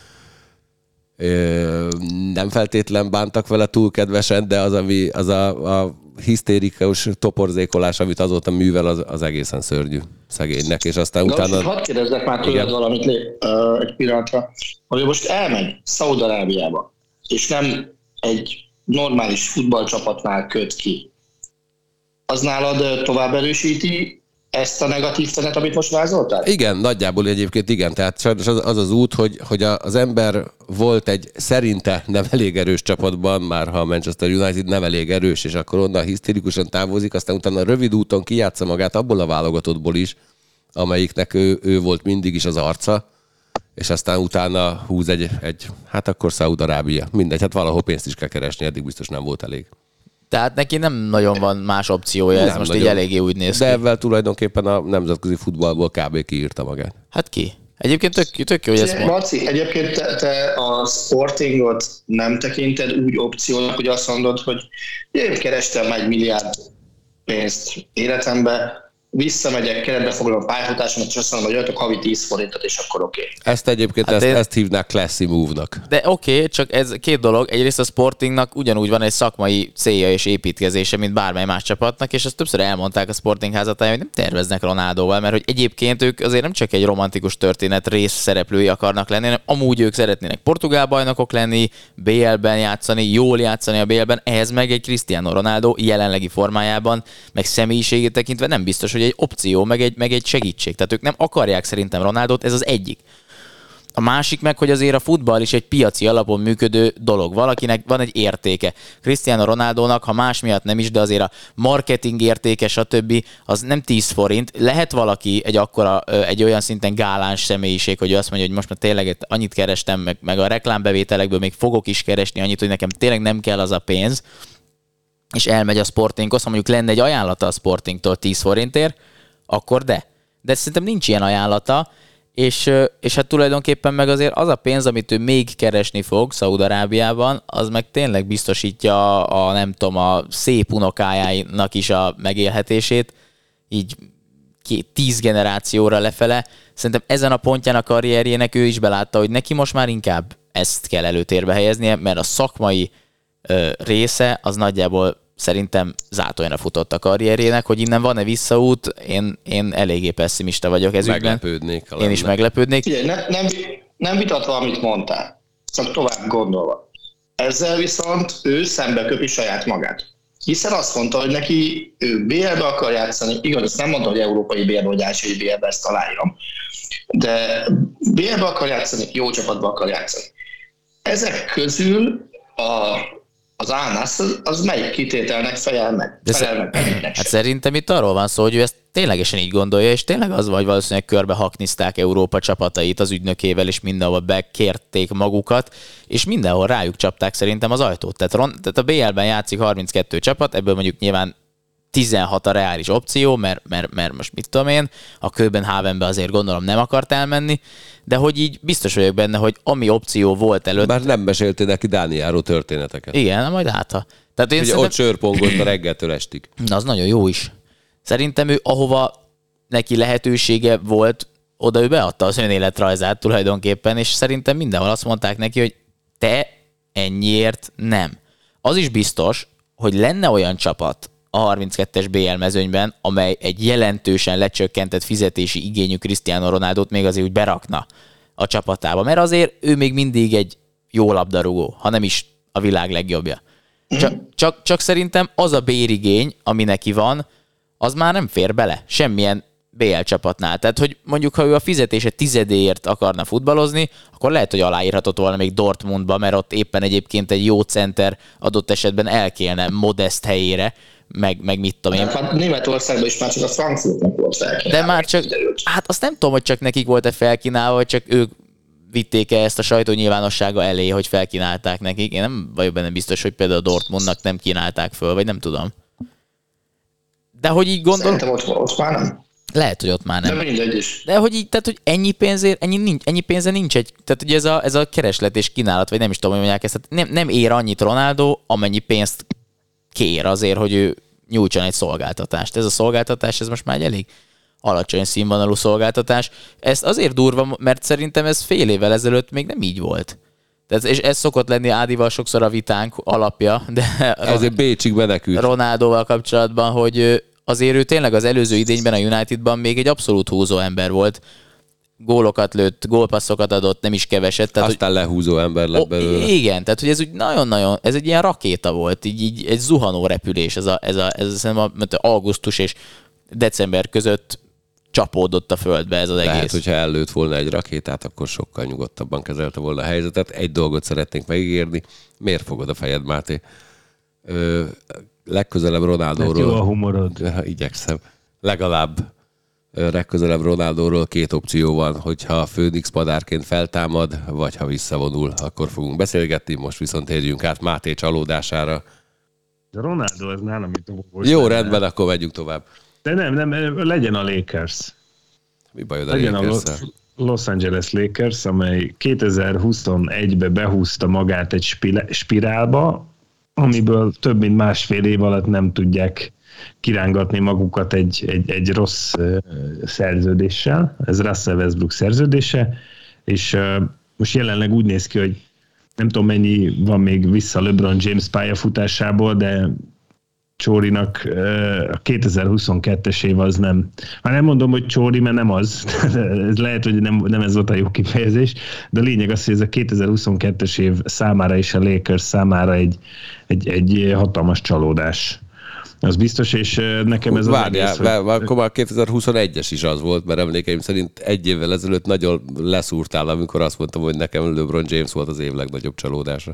nem feltétlen bántak vele túl kedvesen, de az a hisztérikus toporzékolás, amit azóta művel, az egészen szörnyű szegénynek, és aztán utána... Hadd kérdezzek már tőled valamit egy pillanatra, hogy most elmegy Szaúd-Arábiába, és nem egy normális futballcsapatnál köt ki. Az nálad tovább erősíti ezt a negatív tenet, amit most vázoltál? Igen, nagyjából egyébként igen. Tehát sajnos az út, hogy az ember volt egy szerinte nem elég erős csapatban, már ha a Manchester United nem elég erős, és akkor onnan hisztérikusan távozik, aztán utána rövid úton kijátsza magát abból a válogatottból is, amelyiknek ő volt mindig is az arca, és aztán utána húz egy hát akkor Szaúd-Arábia. Mindegy, hát valahol pénzt is kell keresni, eddig biztos nem volt elég. Tehát neki nem nagyon van más opciója, ez most nagyon. Így eléggé úgy néz ki. De ezzel tulajdonképpen a nemzetközi futballból kb. Kiírta magát. Hát ki? Egyébként tök jó, hogy ezt mondja. Marci, egyébként te a Sportingot nem tekinted úgy opciónak, hogy azt mondod, hogy én kerestem 1 milliárd pénzt életembe, visszamegyek, keretbe foglalom a pályafutásomat, és azt mondom, hogy jöttök havi 10 forintot, és akkor oké. Ezt egyébként hát ezt hívnák classy move-nak. De oké, csak ez két dolog. Egyrészt a Sportingnak ugyanúgy van egy szakmai célja és építkezése, mint bármely más csapatnak, és ezt többször elmondták a Sporting házatáján, hogy nem terveznek Ronaldóval, mert hogy egyébként ők azért nem csak egy romantikus történet rész szereplői akarnak lenni, hanem amúgy ők szeretnének portugál bajnokok lenni, BL-ben játszani, jól játszani a BL-ben, ehhez meg egy Cristiano Ronaldo jelenlegi formájában, meg személyiségét tekintve nem biztos, hogy egy opció, meg egy segítség. Tehát ők nem akarják szerintem Ronaldót, ez az egyik. A másik meg, hogy azért a futball is egy piaci alapon működő dolog. Valakinek van egy értéke. Cristiano Ronaldónak, ha más miatt nem is, de azért a marketing értéke, stb. Az nem 10 forint. Lehet valaki egy olyan szinten gáláns személyiség, hogy azt mondja, hogy most már tényleg annyit kerestem, meg a reklámbevételekből még fogok is keresni annyit, hogy nekem tényleg nem kell az a pénz, és elmegy a Sportinghoz, ha mondjuk lenne egy ajánlata a Sportingtól 10 forintért, akkor de szerintem nincs ilyen ajánlata, és hát tulajdonképpen meg azért az a pénz, amit ő még keresni fog Szaúd-Arábiában, az meg tényleg biztosítja a szép unokájának is a megélhetését, így 10 generációra lefele. Szerintem ezen a pontján a karrierjének ő is belátta, hogy neki most már inkább ezt kell előtérbe helyeznie, mert a szakmai része az nagyjából szerintem zátonyra futott a karrierjének, hogy innen van-e visszaút, én eléggé pessimista vagyok ez ügyben. Meglepődnék. Én is meglepődnék. Figyelj, nem vitatva, amit mondtál, csak tovább gondolva. Ezzel viszont ő szembe köpi saját magát. Hiszen azt mondta, hogy neki ő BL-be akar játszani, igaz, ezt nem mondta, hogy európai BL-be, hogy ázsiai BL-be, ezt aláírom. De BL-be akar játszani, jó csapatba akar játszani. Ezek közül az Al-Nassr, az melyik kitételnek felel meg? Hát szerintem itt arról van szó, hogy ő ezt ténylegesen így gondolja, és tényleg az vagy valószínűleg körbe haknizták Európa csapatait az ügynökével, és mindenhol bekérték magukat, és mindenhol rájuk csapták szerintem az ajtót. Tehát a BL-ben játszik 32 csapat, ebből mondjuk nyilván 16 a reális opció, mert most mit tudom én, a Köbenhávenbe azért gondolom nem akart elmenni, de hogy így biztos vagyok benne, hogy ami opció volt előtt... Bár nem meséltél neki Dániáról történeteket. Igen, majd hát. Tehát ugye ott sörpongott a reggeltől estig. Na, az nagyon jó is. Szerintem ő ahova neki lehetősége volt, oda ő beadta az önéletrajzát tulajdonképpen, és szerintem mindenhol azt mondták neki, hogy te ennyiért nem. az is biztos, hogy lenne olyan csapat a 32-es BL mezőnyben, amely egy jelentősen lecsökkentett fizetési igényű Cristiano Ronaldót még azért úgy berakna a csapatába, mert azért ő még mindig egy jó labdarúgó, ha nem is a világ legjobbja. Csak szerintem az a bérigény, ami neki van, az már nem fér bele semmilyen BL csapatnál. Tehát, hogy mondjuk, ha ő a fizetése tizedéért akarna futballozni, akkor lehet, hogy aláírhatott volna még Dortmundba, mert ott éppen egyébként egy jó center adott esetben elkélne Modest helyére, meg mit tudom én. Hát Németországban is már csak a Frankfurtnak volt felkínálva. De már csak, hát azt nem tudom, hogy csak nekik volt-e felkínálva, vagy csak ők vitték-e ezt a sajtó nyilvánossága elé, hogy felkínálták nekik. Én nem vagyok benne biztos, hogy például a Dortmundnak nem kínálták föl, vagy nem tudom. De hogy így gondolom... Szerintem ott már nem. Lehet, hogy ott már nem. De mindegy is. De hogy így, tehát, hogy ennyi pénze nincs egy, tehát ugye ez a kereslet és kínálat, vagy nem is tudom, hogy mondják ezt, tehát nem ér annyit Ronaldo, amennyi pénzt kér azért, hogy ő nyújtson egy szolgáltatást. Ez a szolgáltatás, ez most már egy elég alacsony színvonalú szolgáltatás. Ez azért durva, mert szerintem ez fél évvel ezelőtt még nem így volt. És ez szokott lenni Ádival sokszor a vitánk alapja, de ezért Bécsig menekült. Ronaldóval kapcsolatban, hogy azért ő tényleg az előző idényben a Unitedban még egy abszolút húzó ember volt. Gólokat lőtt, gólpasszokat adott, nem is keveset. Tehát, aztán lehúzó ember lett belőle. Igen, tehát hogy ez úgy nagyon-nagyon, ez egy ilyen rakéta volt, így egy zuhanó repülés, ez augusztus és december között csapódott a földbe ez az egész. Tehát, hogyha ellőtt volna egy rakétát, akkor sokkal nyugodtabban kezelte volna a helyzetet. Egy dolgot szeretnénk megígérni. Miért fogod a fejed, Máté? Legközelebb Ronaldóról... Jó a humorod. Igyekszem. Legalább legközelebb Ronaldóról 2 opció van, hogyha a Főnix madárként feltámad, vagy ha visszavonul, akkor fogunk beszélgetni. Most viszont térjünk át Máté csalódására. De Ronaldo az nálam itt volt. Jó, rendben, akkor megyünk tovább. De nem, legyen a Lakers. Mi bajod a legyen Lakers-szel? A Los Angeles Lakers, amely 2021-ben behúzta magát egy spirálba, amiből több mint másfél év alatt nem tudják kirángatni magukat egy rossz szerződéssel. Ez Russell Westbrook szerződése, és most jelenleg úgy néz ki, hogy nem tudom mennyi van még vissza LeBron James pályafutásából, de Csórinak a 2022-es év az nem. Már nem mondom, hogy Csóri, mert nem az. Ez lehet, hogy nem ez volt a jó kifejezés, de a lényeg az, hogy ez a 2022-es év számára és a Lakers számára egy hatalmas csalódás. Az biztos, és nekem ez várjál, akkor már 2021-es is az volt, mert emlékeim szerint egy évvel ezelőtt nagyon leszúrtál, amikor azt mondtam, hogy nekem LeBron James volt az év legnagyobb csalódása.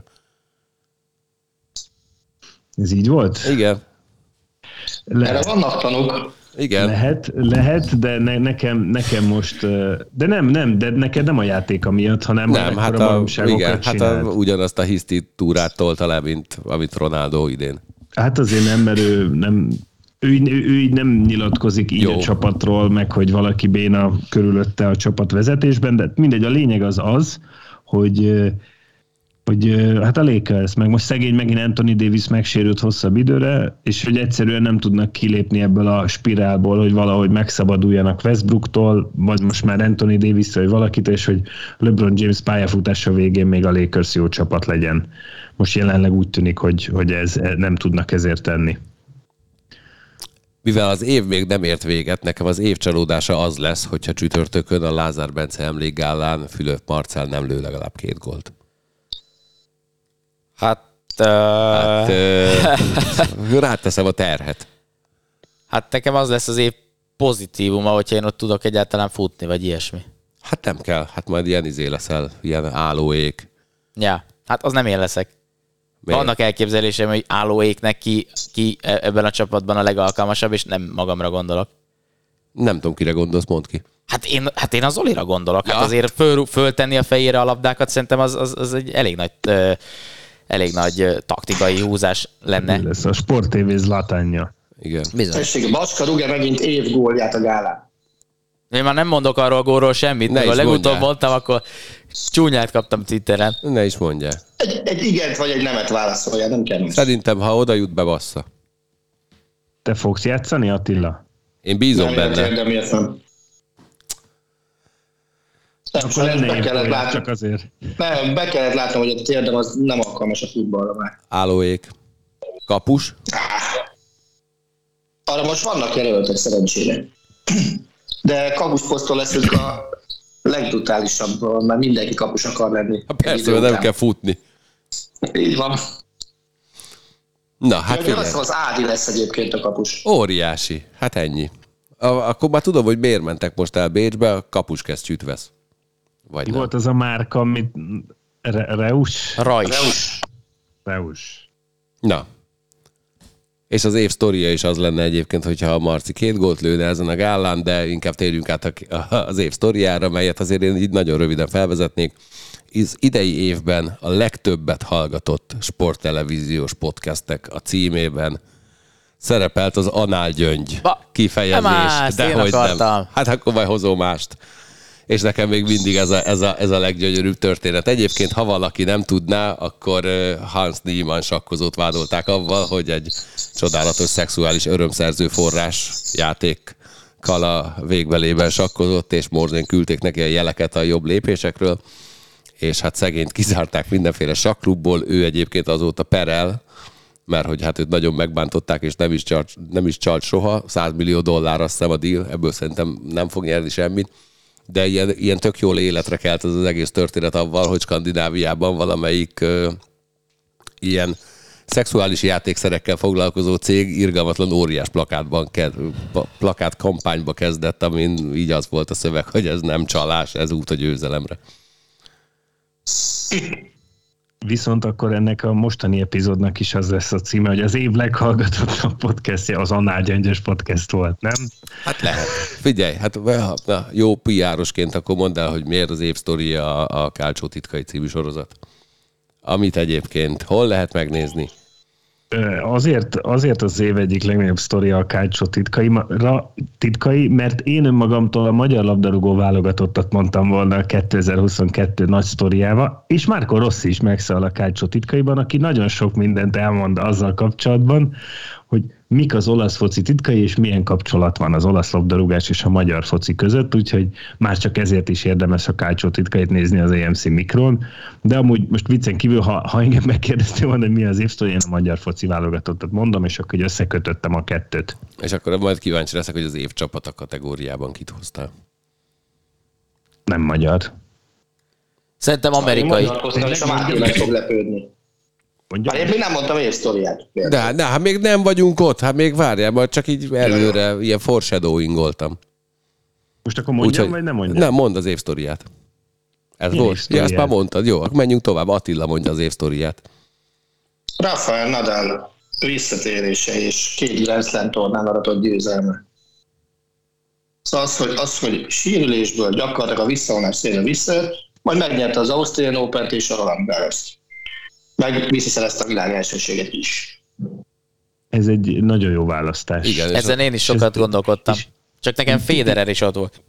Ez így volt? Igen. Erre vannak tanúk. Igen. Lehet, de nekem most, de nem, de neked nem a játéka miatt, hanem nem, hát ugyanazt a hiszti túrát tolta le, mint amit Ronaldo idén. Hát azért nem, mert ő így nem nyilatkozik így a csapatról, meg hogy valaki béna körülötte a csapat vezetésben, de mindegy, a lényeg az, hogy hát a Lakers, meg most szegény megint Anthony Davis megsérült hosszabb időre, és hogy egyszerűen nem tudnak kilépni ebből a spirálból, hogy valahogy megszabaduljanak Westbrooktól, vagy most már Anthony Davis-től, vagy valakit, és hogy LeBron James pályafutása végén még a Lakers jó csapat legyen. Most jelenleg úgy tűnik, hogy ez nem tudnak ezért tenni. Mivel az év még nem ért véget, nekem az év csalódása az lesz, hogyha csütörtökön a Lázár Bence emlékgálán Fülöp Marcell nem lő legalább 2 gólt. Ráteszem a terhet. Hát nekem az lesz az év pozitívuma, hogyha én ott tudok egyáltalán futni, vagy ilyesmi. Hát nem kell, hát majd ilyen leszel, ilyen állóék. Ja, hát az nem én leszek. Miért? Vannak elképzelésem, hogy állóéknek ki ebben a csapatban a legalkalmasabb, és nem magamra gondolok. Nem tudom, kire gondolsz, mondd ki. Hát én az Olira gondolok. Ja. Hát azért föltenni a fejére a labdákat szerintem az egy elég nagy taktikai húzás lenne. Ez a Sport TV Zlatánja. Igen. Tessék, Bacska rúgja megint év gólját a gálán. Én már nem mondok arról a gólról semmit, mert a legutóbb mondtam, akkor csúnyát kaptam Twitteren. Ne is mondjál. Egy igent vagy egy nemet válaszolja, nem kell. Szerintem, ha oda jut, bebassza. Te fogsz játszani, Attila? Én bízom benne. De miért nem? Akkor lenne évfolyam, csak azért. Nem, be kellett látnom, hogy a térdem az nem alkalmas a futballra már. Állóék. Kapus? Arra most vannak jelöltek szerencsére. De kapusposzton leszünk a legbrutálisabb, mert mindenki kapus akar lenni. Persze, mert nem kell futni. Így van. Na, hát figyelj. Az Ádi lesz egyébként a kapus. Óriási. Hát ennyi. Akkor már tudom, hogy miért mentek most el Bécsbe, a kapuskesztyűt vesz. Vagy nem. Volt az a márka, amit Reus? Reus. Na. És az év sztoria is az lenne egyébként, hogyha a Marci 2 gólt lőne ezen a gálán, de inkább térjünk át az év sztoriára, melyet azért én így nagyon röviden felvezetnék. Az idei évben a legtöbbet hallgatott sporttelevíziós podcastek a címében szerepelt az análgyöngy kifejezés. Dehogy nem. Hát akkor majd hozom mást. És nekem még mindig ez a leggyönyörűbb történet. Egyébként, ha valaki nem tudná, akkor Hans Niemann sakkozót vádolták avval, hogy egy csodálatos szexuális örömszerző forrás játékkal a végbelében sakkozott, és morzén küldték neki a jeleket a jobb lépésekről, és hát szegényt kizárták mindenféle sakklubból, ő egyébként azóta perel, mert hogy hát őt nagyon megbántották, és nem is csalt soha, $100 millió azt hiszem a deal, ebből szerintem nem fog nyerni semmit, de ilyen tök jól életre kelt az egész történet avval, hogy Skandináviában valamelyik ilyen szexuális játékszerekkel foglalkozó cég irgalmatlan óriás plakátkampányba kezdett, amin így az volt a szöveg, hogy ez nem csalás, ez út a győzelemre. Viszont akkor ennek a mostani epizódnak is az lesz a címe, hogy az év leghallgatottabb podcastja az Análgyöngyös podcast volt, nem? Hát lehet. Figyelj, hát jó PR-osként akkor mondd el, hogy miért az év sztoria a Kálcsó titkai című sorozat. Amit egyébként hol lehet megnézni? Azért az év egyik legnagyobb sztoria a Kálcsó titkai, mert én önmagamtól a magyar labdarúgó válogatottat mondtam volna a 2022 nagy sztoriába, és Marco Rossi is megszáll a Kálcsó titkaiban, aki nagyon sok mindent elmond azzal kapcsolatban, hogy mik az olasz foci titkai, és milyen kapcsolat van az olasz labdarúgás és a magyar foci között, úgyhogy már csak ezért is érdemes a Kálcsó titkait nézni az EMC Mikron, de amúgy most viccen kívül, ha engem megkérdeztél volna, hogy mi az évsztori, én a magyar foci válogatottat mondom, és akkor összekötöttem a kettőt. És akkor majd kíváncsi leszek, hogy az év csapata kategóriában kit hoztál. Nem magyar. Szerintem amerikai. És a Máté meg fog lepődni. Már én még nem mondtam évsztoriát. De hát még nem vagyunk ott, hát még várjál, majd csak így előre ilyen foreshadowingoltam. Most akkor mondjam, vagy nem mondjam? Nem, mondd az évsztoriát. Ez volt? Ja, ezt már mondtad. Jó, akkor menjünk tovább. Attila mondja az évsztoriát. Rafael Nadal visszatérése és 2 Grand Slam tornán aratott győzelme. Szóval az, hogy sérülésből gyakorlatilag a visszavonás szélre visszajött, majd megnyerte az Australian Opent és a Roland Garrost. Meg visszaszerezte a világ elsőséget is. Ez egy nagyon jó választás. Igen, ezen én is sokat gondolkodtam. Csak nekem Federer is ott volt.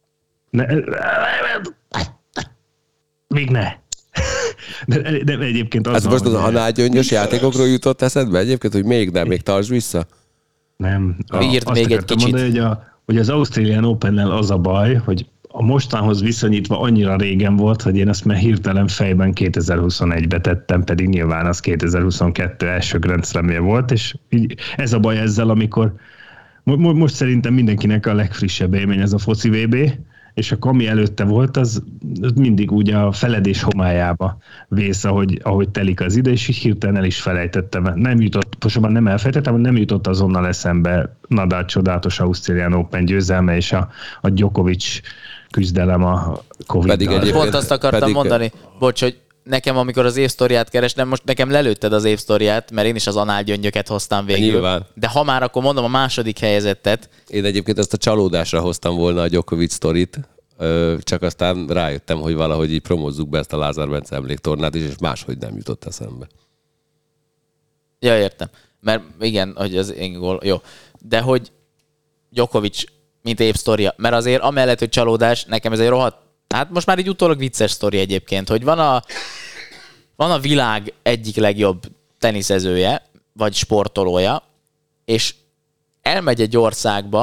Még ne. De egyébként az... Ez most az análgyöngyös játékokról jutott eszedbe egyébként, hogy még nem, még tartsd vissza? Nem. Írt még egy kicsit. Mondani, hogy az Australian Opennel az a baj, hogy a mostanhoz viszonyítva annyira régen volt, hogy én ezt már hirtelen fejben 2021-be tettem, pedig nyilván az 2022 első Grand Slamje volt, és így ez a baj ezzel, amikor most szerintem mindenkinek a legfrissebb élmény ez a foci VB, és a ami előtte volt, az mindig úgy a feledés homályába vész, ahogy telik az ide, és így hirtelen el is felejtettem. Nem jutott, pontosabban nem elfelejtettem, nem jutott azonnal eszembe Nadal csodálatos Australian Open győzelme, és a Djokovic küzdelem a Covid-dal. Pont azt akartam mondani, bocs, hogy nekem, amikor az évsztoriát kerestem, most nekem lelőtted az évsztoriát, mert én is az análgyöngyöket hoztam végül. Nyilván. De ha már, akkor mondom a második helyezettet. Én egyébként ezt a csalódásra hoztam volna a Djokovic sztorit, csak aztán rájöttem, hogy valahogy így promózzuk be ezt a Lázár Bence emléktornát is, és máshogy nem jutott eszembe. Ja, értem. Mert igen, hogy az én gól, jó. De hogy Djokovic, mint évsztoria, mert azért amellett, hogy csalódás, nekem ez egy rohadt, hát most már így utólag vicces sztori egyébként, hogy van a világ egyik legjobb teniszezője, vagy sportolója, és elmegy egy országba,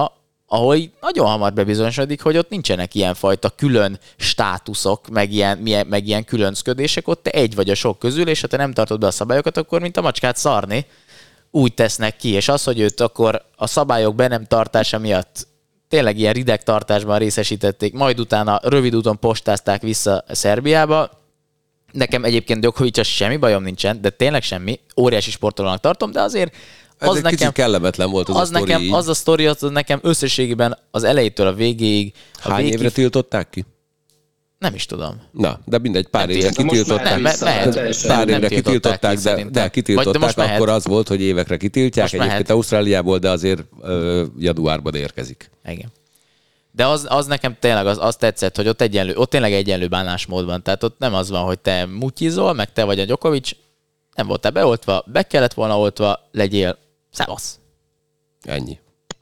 ahol nagyon hamar bebizonyosodik, hogy ott nincsenek ilyenfajta külön státuszok, meg ilyen különcködések, ott te egy vagy a sok közül, és ha te nem tartod be a szabályokat, akkor mint a macskát szarni, úgy tesznek ki, és az, hogy őt akkor a szabályok be nem tartása miatt tényleg ilyen rideg tartásban részesítették, majd utána rövid úton postázták vissza Szerbiába. Nekem egyébként Djokovic-as semmi bajom nincsen, de tényleg semmi, óriási sportolónak tartom, de azért az nekem kicsit kellemetlen volt az a sztori. Az a sztori, az nekem összességében az elejétől a végéig. Hány évre tiltották ki? Nem is tudom. Na, de mindegy, pár évre kitiltották. Pár évre kitiltották, de kitiltották, akkor az volt, hogy évekre kitiltják. Egyébként Ausztráliából, de azért januárban érkezik. Igen. De az nekem tényleg az tetszett, hogy ott tényleg egyenlő bánásmód van. Tehát ott nem az van, hogy te mutyizol, meg te vagy a Djokovic, nem voltál beoltva, be kellett volna oltva, legyél, szevasz. Ennyi.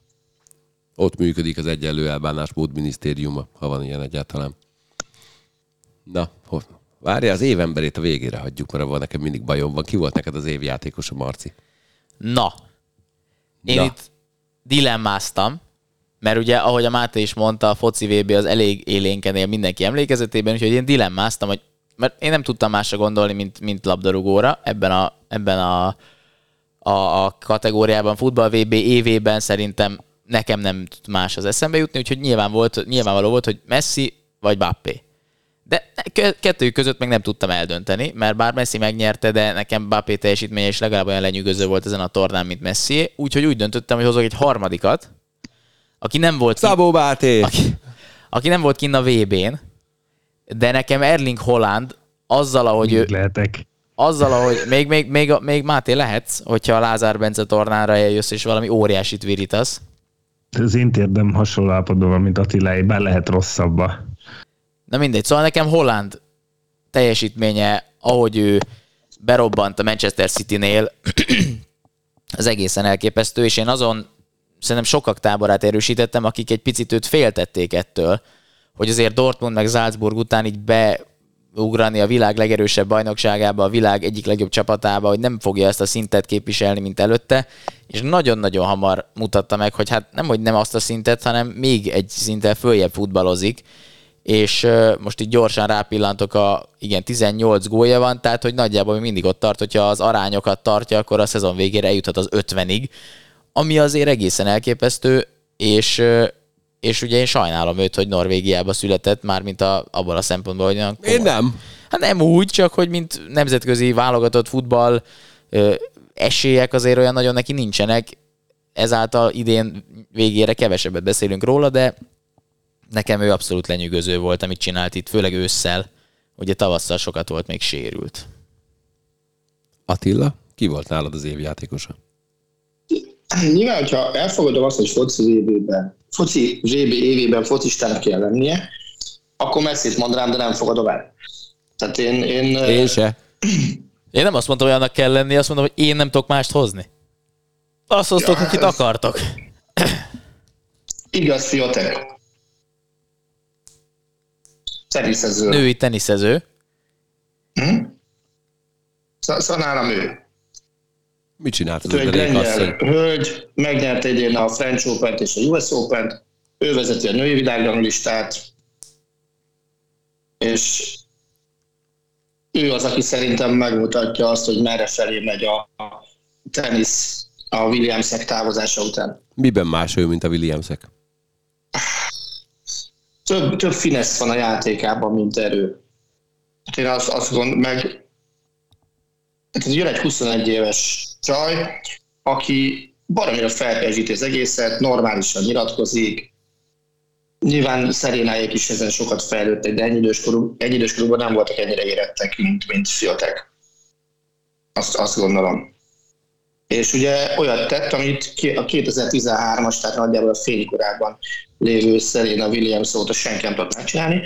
Ott működik az egyenlő elbánásmód minisztériuma, ha van ilyen egyáltalán. Na, várjál, az évemberét a végére hagyjuk, mert abban nekem mindig bajom van. Ki volt neked az évjátékos, a Marci? Na. Én itt dilemmáztam, mert ugye, ahogy a Máté is mondta, a foci VB az elég élénken él mindenki emlékezetében, úgyhogy én dilemmáztam, hogy mert én nem tudtam másra gondolni, mint labdarúgóra ebben a kategóriában. Futball VB évében szerintem nekem nem tud más az eszembe jutni, úgyhogy nyilvánvaló volt, hogy Messi vagy Mbappé. De kettőjük között meg nem tudtam eldönteni, mert bár Messi megnyerte, de nekem Mbappé teljesítménye is legalább olyan lenyűgöző volt ezen a tornán, mint Messi, úgyhogy úgy döntöttem, hogy hozok egy harmadikat, aki nem volt Szabó Máté! Aki nem volt kinn a VB-n, de nekem Erling Haaland azzal, ahogy ő... Lehetek. Azzal, ahogy még Máté lehetsz, hogyha a Lázár Bence tornára eljössz, és valami óriásit virítasz. Az én térdem hasonló állapotban van, mint Attiláé, bár lehet rosszabba. Na mindegy, szóval nekem Haaland teljesítménye, ahogy ő berobbant a Manchester City-nél, az egészen elképesztő, és én azon szerintem sokak táborát erősítettem, akik egy picit őt féltették ettől, hogy azért Dortmund meg Salzburg után így beugrani a világ legerősebb bajnokságába, a világ egyik legjobb csapatába, hogy nem fogja ezt a szintet képviselni, mint előtte, és nagyon-nagyon hamar mutatta meg, hogy hát hogy nem azt a szintet, hanem még egy szinttel följebb futballozik, és most így gyorsan rápillantok, 18 gólja van, tehát hogy nagyjából még mindig ott tart, hogyha az arányokat tartja, akkor a szezon végére eljuthat az 50-ig, ami azért egészen elképesztő, és ugye én sajnálom őt, hogy Norvégiába született, mármint abban a szempontból, hogy olyan komoly. Én nem. Hát nem úgy, csak hogy mint nemzetközi válogatott futball esélyek azért olyan nagyon neki nincsenek, ezáltal idén végére kevesebbet beszélünk róla, de nekem ő abszolút lenyűgöző volt, amit csinált itt, főleg ősszel, ugye tavasszal sokat volt még sérült. Attila, ki volt nálad az évjátékosa? Nyilván, hogyha elfogadom azt, hogy foci VB évében focistának kell lennie, akkor Messit mondanám, de nem fogadom el. Tehát én se. Én nem azt mondtam, hogy annak kell lennie, azt mondom, hogy én nem tudok mást hozni. Azt hoztok, akit akartok. Igaz, Fiotek. Teniszező. Női teniszező. Szóval nálam ő. Mit csinált az lengyel hölgy, megnyerte idén a French Open-t és a US Open-t, ő vezeti a női világranglistát, és ő az, aki szerintem megmutatja azt, hogy merre felé megy a tenisz a Williamsek távozása után. Miben más ő, mint a Williamsek? Több finesz van a játékában, mint erő. Én azt gondolom, meg jön egy 21 éves csaj, aki baromira felpezsíti az egészet, normálisan nyilatkozik. Nyilván Szerénáék is ezen sokat fejlődtek, de ennyi időskorúban nem voltak ennyire érettek, mint Fiotek. Azt gondolom. És ugye olyat tett, amit a 2013-as, tehát nagyjából a fénykorában lévő Serena Williams óta senki nem tudott megcsinálni.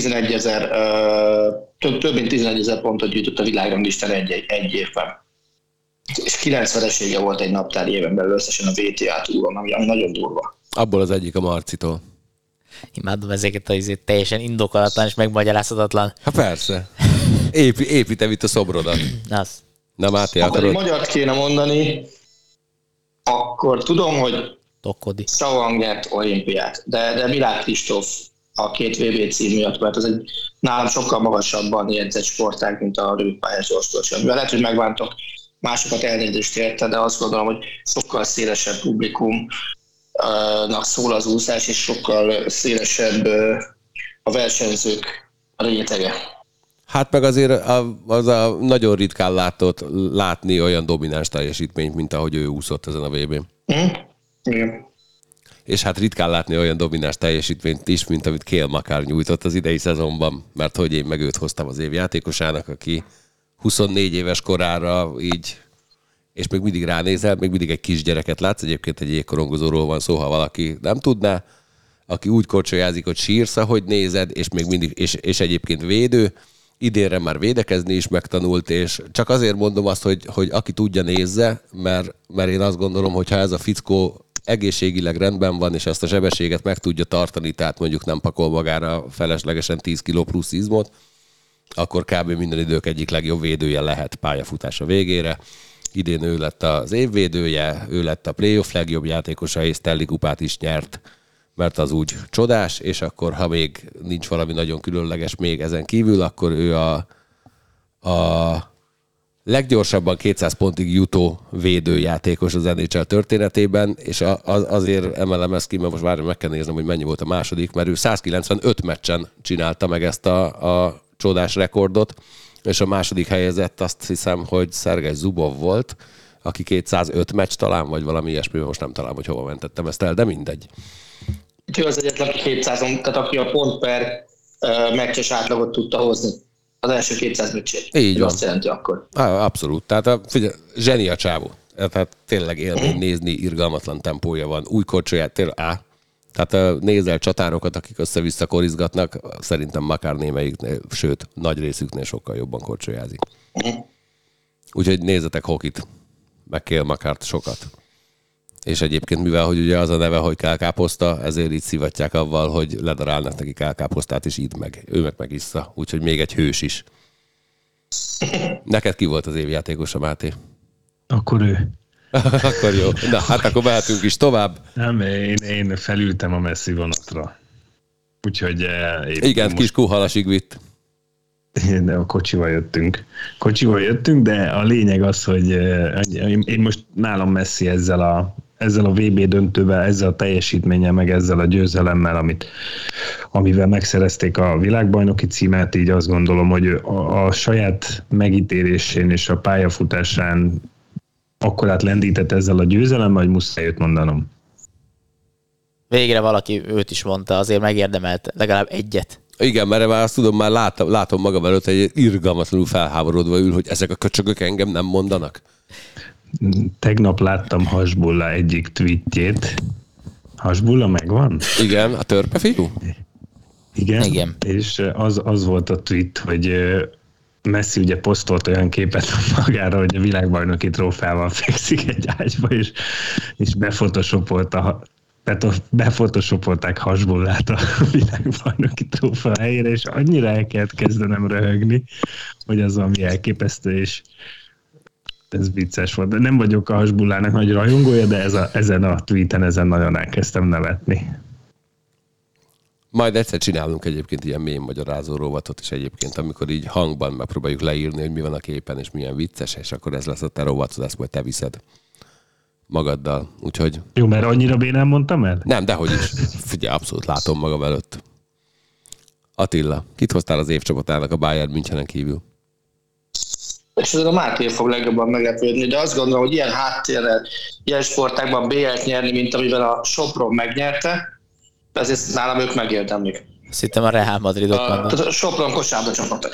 Több mint 11 000 pontot gyűjtött a világranglistán egy évben. És 9 veresége volt egy naptári éven belül összesen a WTA túron, ami nagyon durva. Abból az egyik a Marcitól. Imádom ezeket azért teljesen indokolatlan és megmagyarázhatatlan. Hát persze. Építem itt a szobrodat. Az. Na Máté, akkor egy magyart kéne mondani, akkor tudom, hogy Savon nyert olimpiát, de Milák Kristóf a 2 VB cím miatt, mert ez egy nálam sokkal magasabban jegyzett sportág, mint a rövidpályás gyorskorcsoly. Lehet, hogy megbántok másokat, elnézést érte, de azt gondolom, hogy sokkal szélesebb publikumnak szól az úszás, és sokkal szélesebb a versenyzők rétege. Hát meg azért az a nagyon ritkán látni olyan domináns teljesítményt, mint ahogy ő úszott ezen a VB-n. Igen. És hát ritkán látni olyan domináns teljesítményt is, mint amit Cale Makar nyújtott az idei szezonban, mert hogy én meg őt hoztam az év játékosának, aki 24 éves korára így, és még mindig ránézel, még mindig egy kisgyereket látsz, egyébként egy jégkorongozóról van szó, ha valaki nem tudná, aki úgy korcsolyázik, hogy sírsz, ahogy nézed, és még mindig, és egyébként védő, idénre már védekezni is megtanult, és csak azért mondom azt, hogy aki tudja, nézze, mert én azt gondolom, hogy ha ez a fickó egészségileg rendben van, és ezt a sebességet meg tudja tartani, tehát mondjuk nem pakol magára feleslegesen 10 kg plusz izmot, akkor kb. Minden idők egyik legjobb védője lehet pályafutása végére. Idén ő lett az évvédője, ő lett a playoff legjobb játékosa, és Stanley kupát is nyert, mert az úgy csodás, és akkor, ha még nincs valami nagyon különleges még ezen kívül, akkor ő a leggyorsabban 200 pontig jutó védőjátékos az NHL történetében, és azért emelem ezt ki, mert most várjam, meg kell néznem, hogy mennyi volt a második, mert ő 195 meccsen csinálta meg ezt a csodás rekordot, és a második helyezett azt hiszem, hogy Szergej Zubov volt, aki 205 meccs talán, vagy valami ilyesmi, most nem talán, hogy hova mentettem ezt el, de mindegy. Ő az egyetlen 200-on, tehát aki a pont per meccses átlagot tudta hozni. Az első 200 meccsét. Így van. Azt jelenti akkor. Abszolút. Tehát figyelj, zseni a csávó. Tehát tényleg élmény nézni, irgalmatlan tempója van. Új korcsolyát, tényleg Tehát nézel csatárokat, akik össze-vissza korizgatnak, szerintem Makar némelyiknél, sőt, nagy részüknél sokkal jobban korcsolyázik. Úgyhogy nézzetek hokit, meg Cale Makart sokat. És egyébként, mivel hogy ugye az a neve, hogy kálkáposzta, ezért így szivatják avval, hogy ledarálnak neki kálkáposztát, és idd meg. Ő megissza. Úgyhogy még egy hős is. Neked ki volt az évjátékosa, Máté? Akkor ő. Akkor jó. Na, hát akkor mehetünk is tovább. Nem, én felültem a messzi vonatra. Úgyhogy... Igen, kis kuhalasig vitt. De a kocsival jöttünk, de a lényeg az, hogy én most nálam Messi ezzel a VB döntővel, ezzel a teljesítménnyel, meg ezzel a győzelemmel, amivel megszerezték a világbajnoki címet, így azt gondolom, hogy a saját megítélésén és a pályafutásán akkorát lendített ezzel a győzelemmel, hogy muszáj őt mondanom. Végre valaki őt is mondta, azért megérdemelte legalább egyet. Igen, mert már azt tudom, már látom magam előtt, hogy irgalmatlanul felháborodva ül, hogy ezek a köcsögök engem nem mondanak. Tegnap láttam Hasbulla egyik tweetjét. Hasbulla megvan? Igen, a törpefiú? Igen. És az volt a tweet, hogy Messi ugye posztolt olyan képet magára, hogy a világbajnoki trófeával fekszik egy ágyba, és befotoshopolták Hasbullát a világbajnoki trófea helyére, és annyira el kellett kezdenem röhögni, hogy az ami elképesztő, és ez vicces volt. De nem vagyok a Hasbullának nagy rajongója, de ezen a tweeten nagyon elkezdtem nevetni. Majd egyszer csinálunk egyébként ilyen mém magyarázó rovatot is egyébként, amikor így hangban megpróbáljuk leírni, hogy mi van a képen, és milyen vicces, és akkor ez lesz a te rovatod, ezt majd te viszed magaddal, úgyhogy... Jó, mert annyira bénán mondtam el? Nem, dehogy is. Figyelj, abszolút látom magam előtt. Attila, kit hoztál az évcsapatának a Bayern Münchenen kívül? És ez a Máté fog legjobban meglepődni, de azt gondolom, hogy ilyen háttérrel, ilyen sportákban BL-t nyerni, mint amivel a Sopron megnyerte, ezért nálam ők megérdemlik. Azt hittem a Real Madridot mondom. Tehát a Sopron kosárlabda csapatok.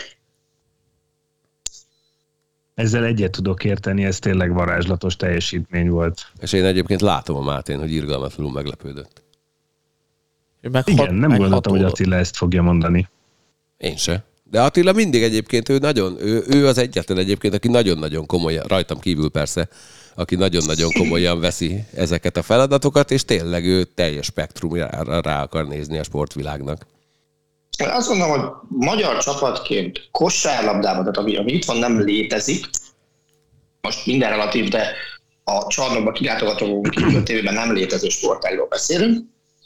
Ezzel egyet tudok érteni, ez tényleg varázslatos teljesítmény volt. És én egyébként látom a Mátén, hogy irgalmatlanul meglepődött. Igen, nem gondoltam, hogy Attila ezt fogja mondani. Én se. De Attila mindig egyébként, ő az egyetlen egyébként, aki nagyon-nagyon komolyan, rajtam kívül persze, aki nagyon-nagyon komolyan veszi ezeket a feladatokat, és tényleg ő teljes spektrumra rá akar nézni a sportvilágnak. Én azt gondolom, hogy magyar csapatként kosárlabdában, tehát ami itt van, nem létezik, most minden relatív, de a csarnokba kilátogatókon kívül a tévében nem létező sportágról beszélünk,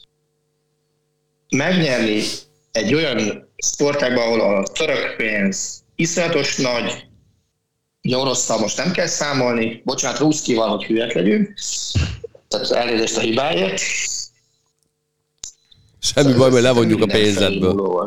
megnyerni egy olyan sportágban, ahol a török pénz iszonyatos nagy, ugye orosszal most nem kell számolni, bocsánat, ruszkival, hogy hülyek legyünk, tehát elnézést a hibáért. Semmi baj, mert levonjuk a pénzedből.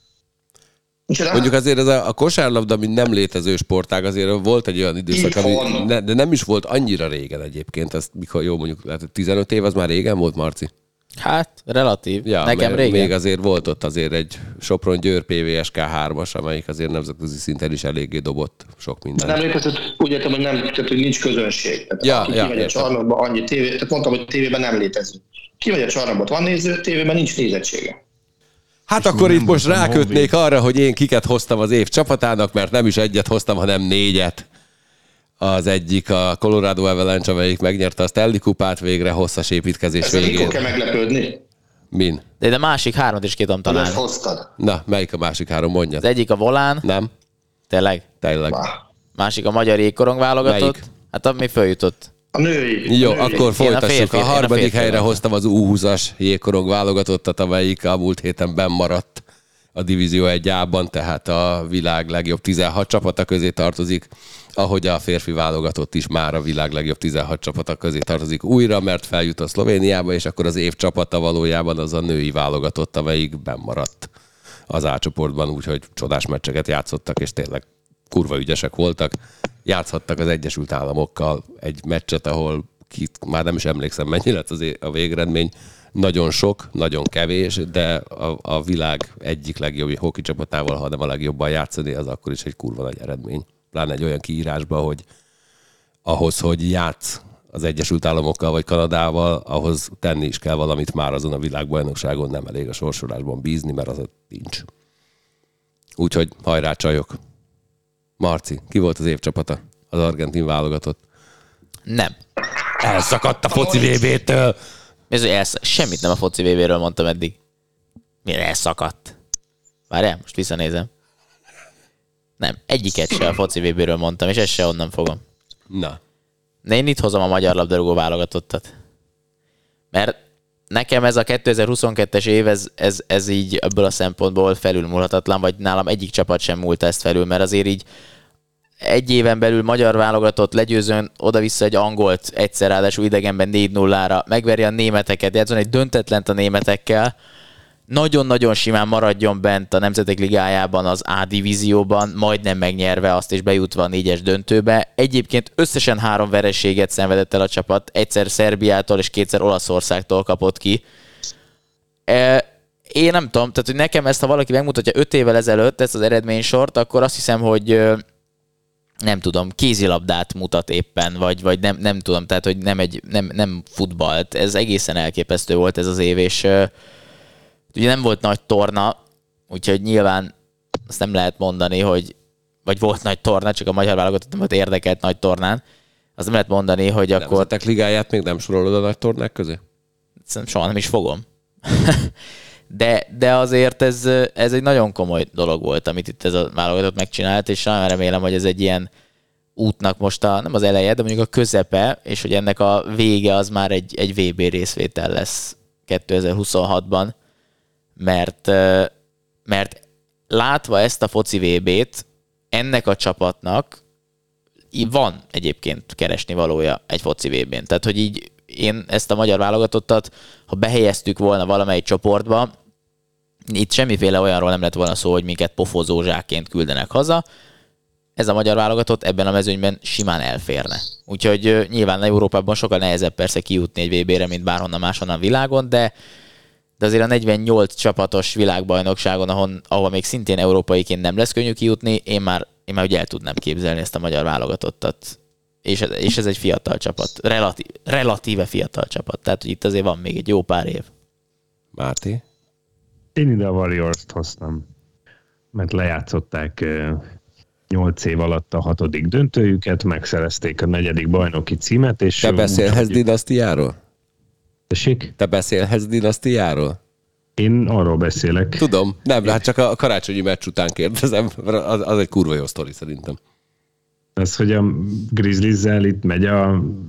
Mondjuk azért ez a kosárlabda, mint nem létező sportág, azért volt egy olyan időszak, ami de nem is volt annyira régen egyébként. Ezt mikor jó mondjuk, lehet, 15 év, az már régen volt, Marci? Hát, relatív. Ja, nekem régen. Még azért volt ott azért egy Sopron-Győr PVSK 3-as, amelyik azért nemzetközi szinten is eléggé dobott sok mindent. Nem létezett, úgy értem, hogy, tehát, hogy nincs közönség. Tehát aki kimegy a csarnokba, annyi tévé, tehát mondtam, hogy tévében nem létezik. Kimegy a csarnokba, van néző, tévében nincs nézettsége. Hát akkor itt most rákötnék arra, hogy én kiket hoztam az év csapatának, mert nem is egyet hoztam, hanem 4. Az egyik a Colorado Avalanche, amelyik megnyerte a Stanley kupát végre hosszas építkezés végén. Mikor kell meglepődni? Min? De a másik 3-at is ki tudom találni. Na, melyik a másik 3, mondjad? Az egyik a Volán. Nem. Tényleg? Másik a magyar jégkorong válogatott. Melyik? Hát ami följutott. A női. Jó, akkor folytassuk. A harmadik helyre hoztam az U20-as jégkorong válogatottat, amelyik a múlt héten benn maradt a Divízió 1A-ban, tehát a világ legjobb 16 csapata közé tartozik, ahogy a férfi válogatott is már a világ legjobb 16 csapata közé tartozik újra, mert feljut a Szlovéniába, és akkor az év csapata valójában az a női válogatott, amelyik benn maradt az A csoportban, úgyhogy csodás meccseket játszottak, és tényleg kurva ügyesek voltak. Játszhattak az Egyesült Államokkal egy meccset, ahol már nem is emlékszem, mennyi lett a végeredmény. Nagyon sok, nagyon kevés, de a világ egyik legjobb hoki csapatával, ha nem a legjobban játszani, az akkor is egy kurva nagy eredmény. Pláne egy olyan kiírásban, hogy ahhoz, hogy játsz az Egyesült Államokkal vagy Kanadával, ahhoz tenni is kell valamit már azon a világbajnokságon, nem elég a sorsolásban bízni, mert az ott nincs. Úgyhogy hajrá csajok! Marci, ki volt az év csapata? Az argentin válogatott. Nem. Elszakadt a foci VB-től! Semmit nem a foci VB-ről mondtam eddig. Mire elszakadt? Várjál, most visszanézem. Nem, egyiket se a foci VB-ről mondtam, és ezt se onnan fogom. Na. De én itt hozom a magyar labdarúgó válogatottat. Mert nekem ez a 2022-es év, ez így ebből a szempontból felülmúlhatatlan, vagy nálam egyik csapat sem múlt ezt felül, mert azért így egy éven belül magyar válogatott legyőzön oda-vissza egy angolt egyszer, ráadásul idegenben 4-0-ra, megveri a németeket, játszon egy döntetlent a németekkel, nagyon-nagyon simán maradjon bent a Nemzetek Ligájában, az A divízióban, majdnem megnyerve azt és bejutva a 4-es döntőbe. Egyébként összesen 3 vereséget szenvedett el a csapat, egyszer Szerbiától és 2-szer Olaszországtól kapott ki. Én nem tudom, tehát hogy nekem ezt, ha valaki megmutatja 5 évvel ezelőtt ezt az eredménysort, akkor azt hiszem, hogy nem tudom, kézilabdát mutat éppen, vagy nem tudom, tehát hogy nem futballt. Ez egészen elképesztő volt ez az év, és ugye nem volt nagy torna, úgyhogy nyilván azt nem lehet mondani, hogy vagy volt nagy torna, csak a magyar válogatott nem volt érdekelt nagy tornán. Azt nem lehet mondani, hogy akkor... Nemzetek Ligáját még nem sorolod a nagy tornák közé? Soha nem is fogom. De azért ez egy nagyon komoly dolog volt, amit itt ez a válogatott megcsinált, és nagyon remélem, hogy ez egy ilyen útnak most nem az eleje, de mondjuk a közepe, és hogy ennek a vége az már egy VB részvétel lesz 2026-ban, mert látva ezt a foci VB-t, ennek a csapatnak van egyébként keresni valója egy foci VB-n. Tehát, hogy így én ezt a magyar válogatottat, ha behelyeztük volna valamelyik csoportba, itt semmiféle olyanról nem lett volna szó, hogy minket pofozó zsákként küldenek haza. Ez a magyar válogatott ebben a mezőnyben simán elférne. Úgyhogy nyilván Európában sokkal nehezebb persze kijutni egy VB-re, mint bárhonnan máshonnan a világon, de azért a 48 csapatos világbajnokságon, ahol még szintén európaiként nem lesz könnyű kijutni, én már ugye el tudnám képzelni ezt a magyar válogatottat. És ez egy fiatal csapat. Relatíve fiatal csapat. Tehát, hogy itt azért van még egy jó pár év. Márti? Én ide a Warriors-t hoztam, mert lejátszották 8 év alatt a 6. döntőjüket, megszerezték a 4. bajnoki címet, és... Te beszélhetsz dinasztiáról? Tessék? Te beszélhetsz dinasztiáról? Én arról beszélek. Tudom, nem, hát csak a karácsonyi meccs után kérdezem, az egy kurva jó sztori szerintem. Ez, hogy a Grizzlies-zel itt megy a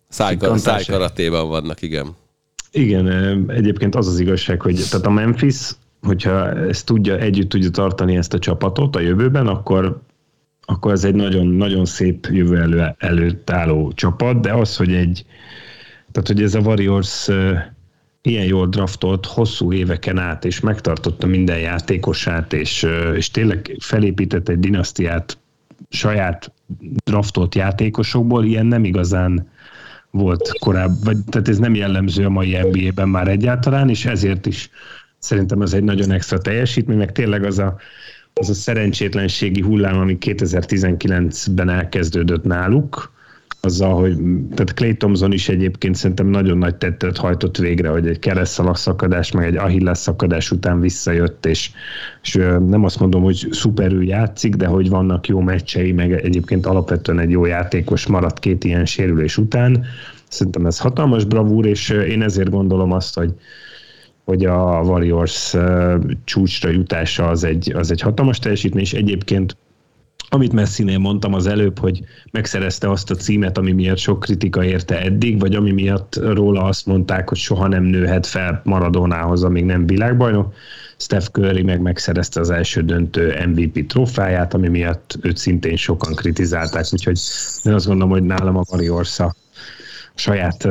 Szájkaratéban vannak, igen. Igen, egyébként az az igazság, hogy tehát a Memphis, hogyha ezt együtt tudja tartani ezt a csapatot a jövőben, akkor ez egy nagyon, nagyon szép jövő előtt álló csapat, de az, hogy hogy ez a Warriors ilyen jól draftolt hosszú éveken át, és megtartotta minden játékosát, és tényleg felépített egy dinasztiát saját draftolt játékosokból, ilyen nem igazán volt korábban, tehát ez nem jellemző a mai NBA-ben már egyáltalán, és ezért is szerintem ez egy nagyon extra teljesítmény, meg tényleg az a szerencsétlenségi hullám, ami 2019-ben elkezdődött náluk, azzal, hogy tehát Klay Thompson is egyébként szerintem nagyon nagy tettet hajtott végre, hogy egy keresztszalag szakadás, meg egy Achilles szakadás után visszajött, és nem azt mondom, hogy szuperül játszik, de hogy vannak jó meccsei, meg egyébként alapvetően egy jó játékos maradt 2 ilyen sérülés után. Szerintem ez hatalmas bravúr, és én ezért gondolom azt, hogy a Warriors csúcsra jutása az egy hatalmas teljesítmény, és egyébként amit Messinél mondtam az előbb, hogy megszerezte azt a címet, ami miatt sok kritika érte eddig, vagy ami miatt róla azt mondták, hogy soha nem nőhet fel Maradonához, amíg nem világbajnok. Steph Curry megszerezte az első döntő MVP trófáját, ami miatt őt szintén sokan kritizálták, úgyhogy én azt gondolom, hogy nálam a Warriors a saját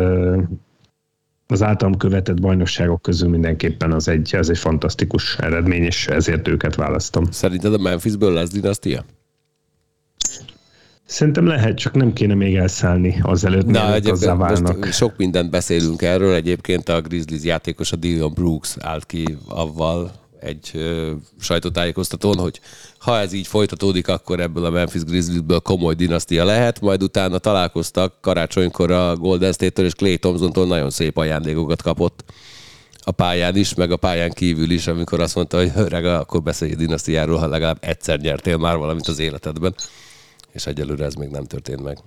az általam követett bajnokságok közül mindenképpen az egy fantasztikus eredmény, és ezért őket választom. Szerinted a Memphisből lesz dinasztia? Szerintem lehet, csak nem kéne még elszállni azelőtt, mielőtt azzá válnak. Most sok mindent beszélünk erről, egyébként a Grizzlies játékos, a Dillon Brooks állt ki avval egy sajtótájékoztatón, hogy ha ez így folytatódik, akkor ebből a Memphis Grizzliesből komoly dinasztia lehet, majd utána találkoztak karácsonykor a Golden State-től és Klay Thompsontól nagyon szép ajándékokat kapott a pályán is, meg a pályán kívül is, amikor azt mondta, hogy öreg, akkor beszélj a dinasztiáról, ha legalább egyszer nyertél már valamit az életedben. És egyelőre ez még nem történt meg.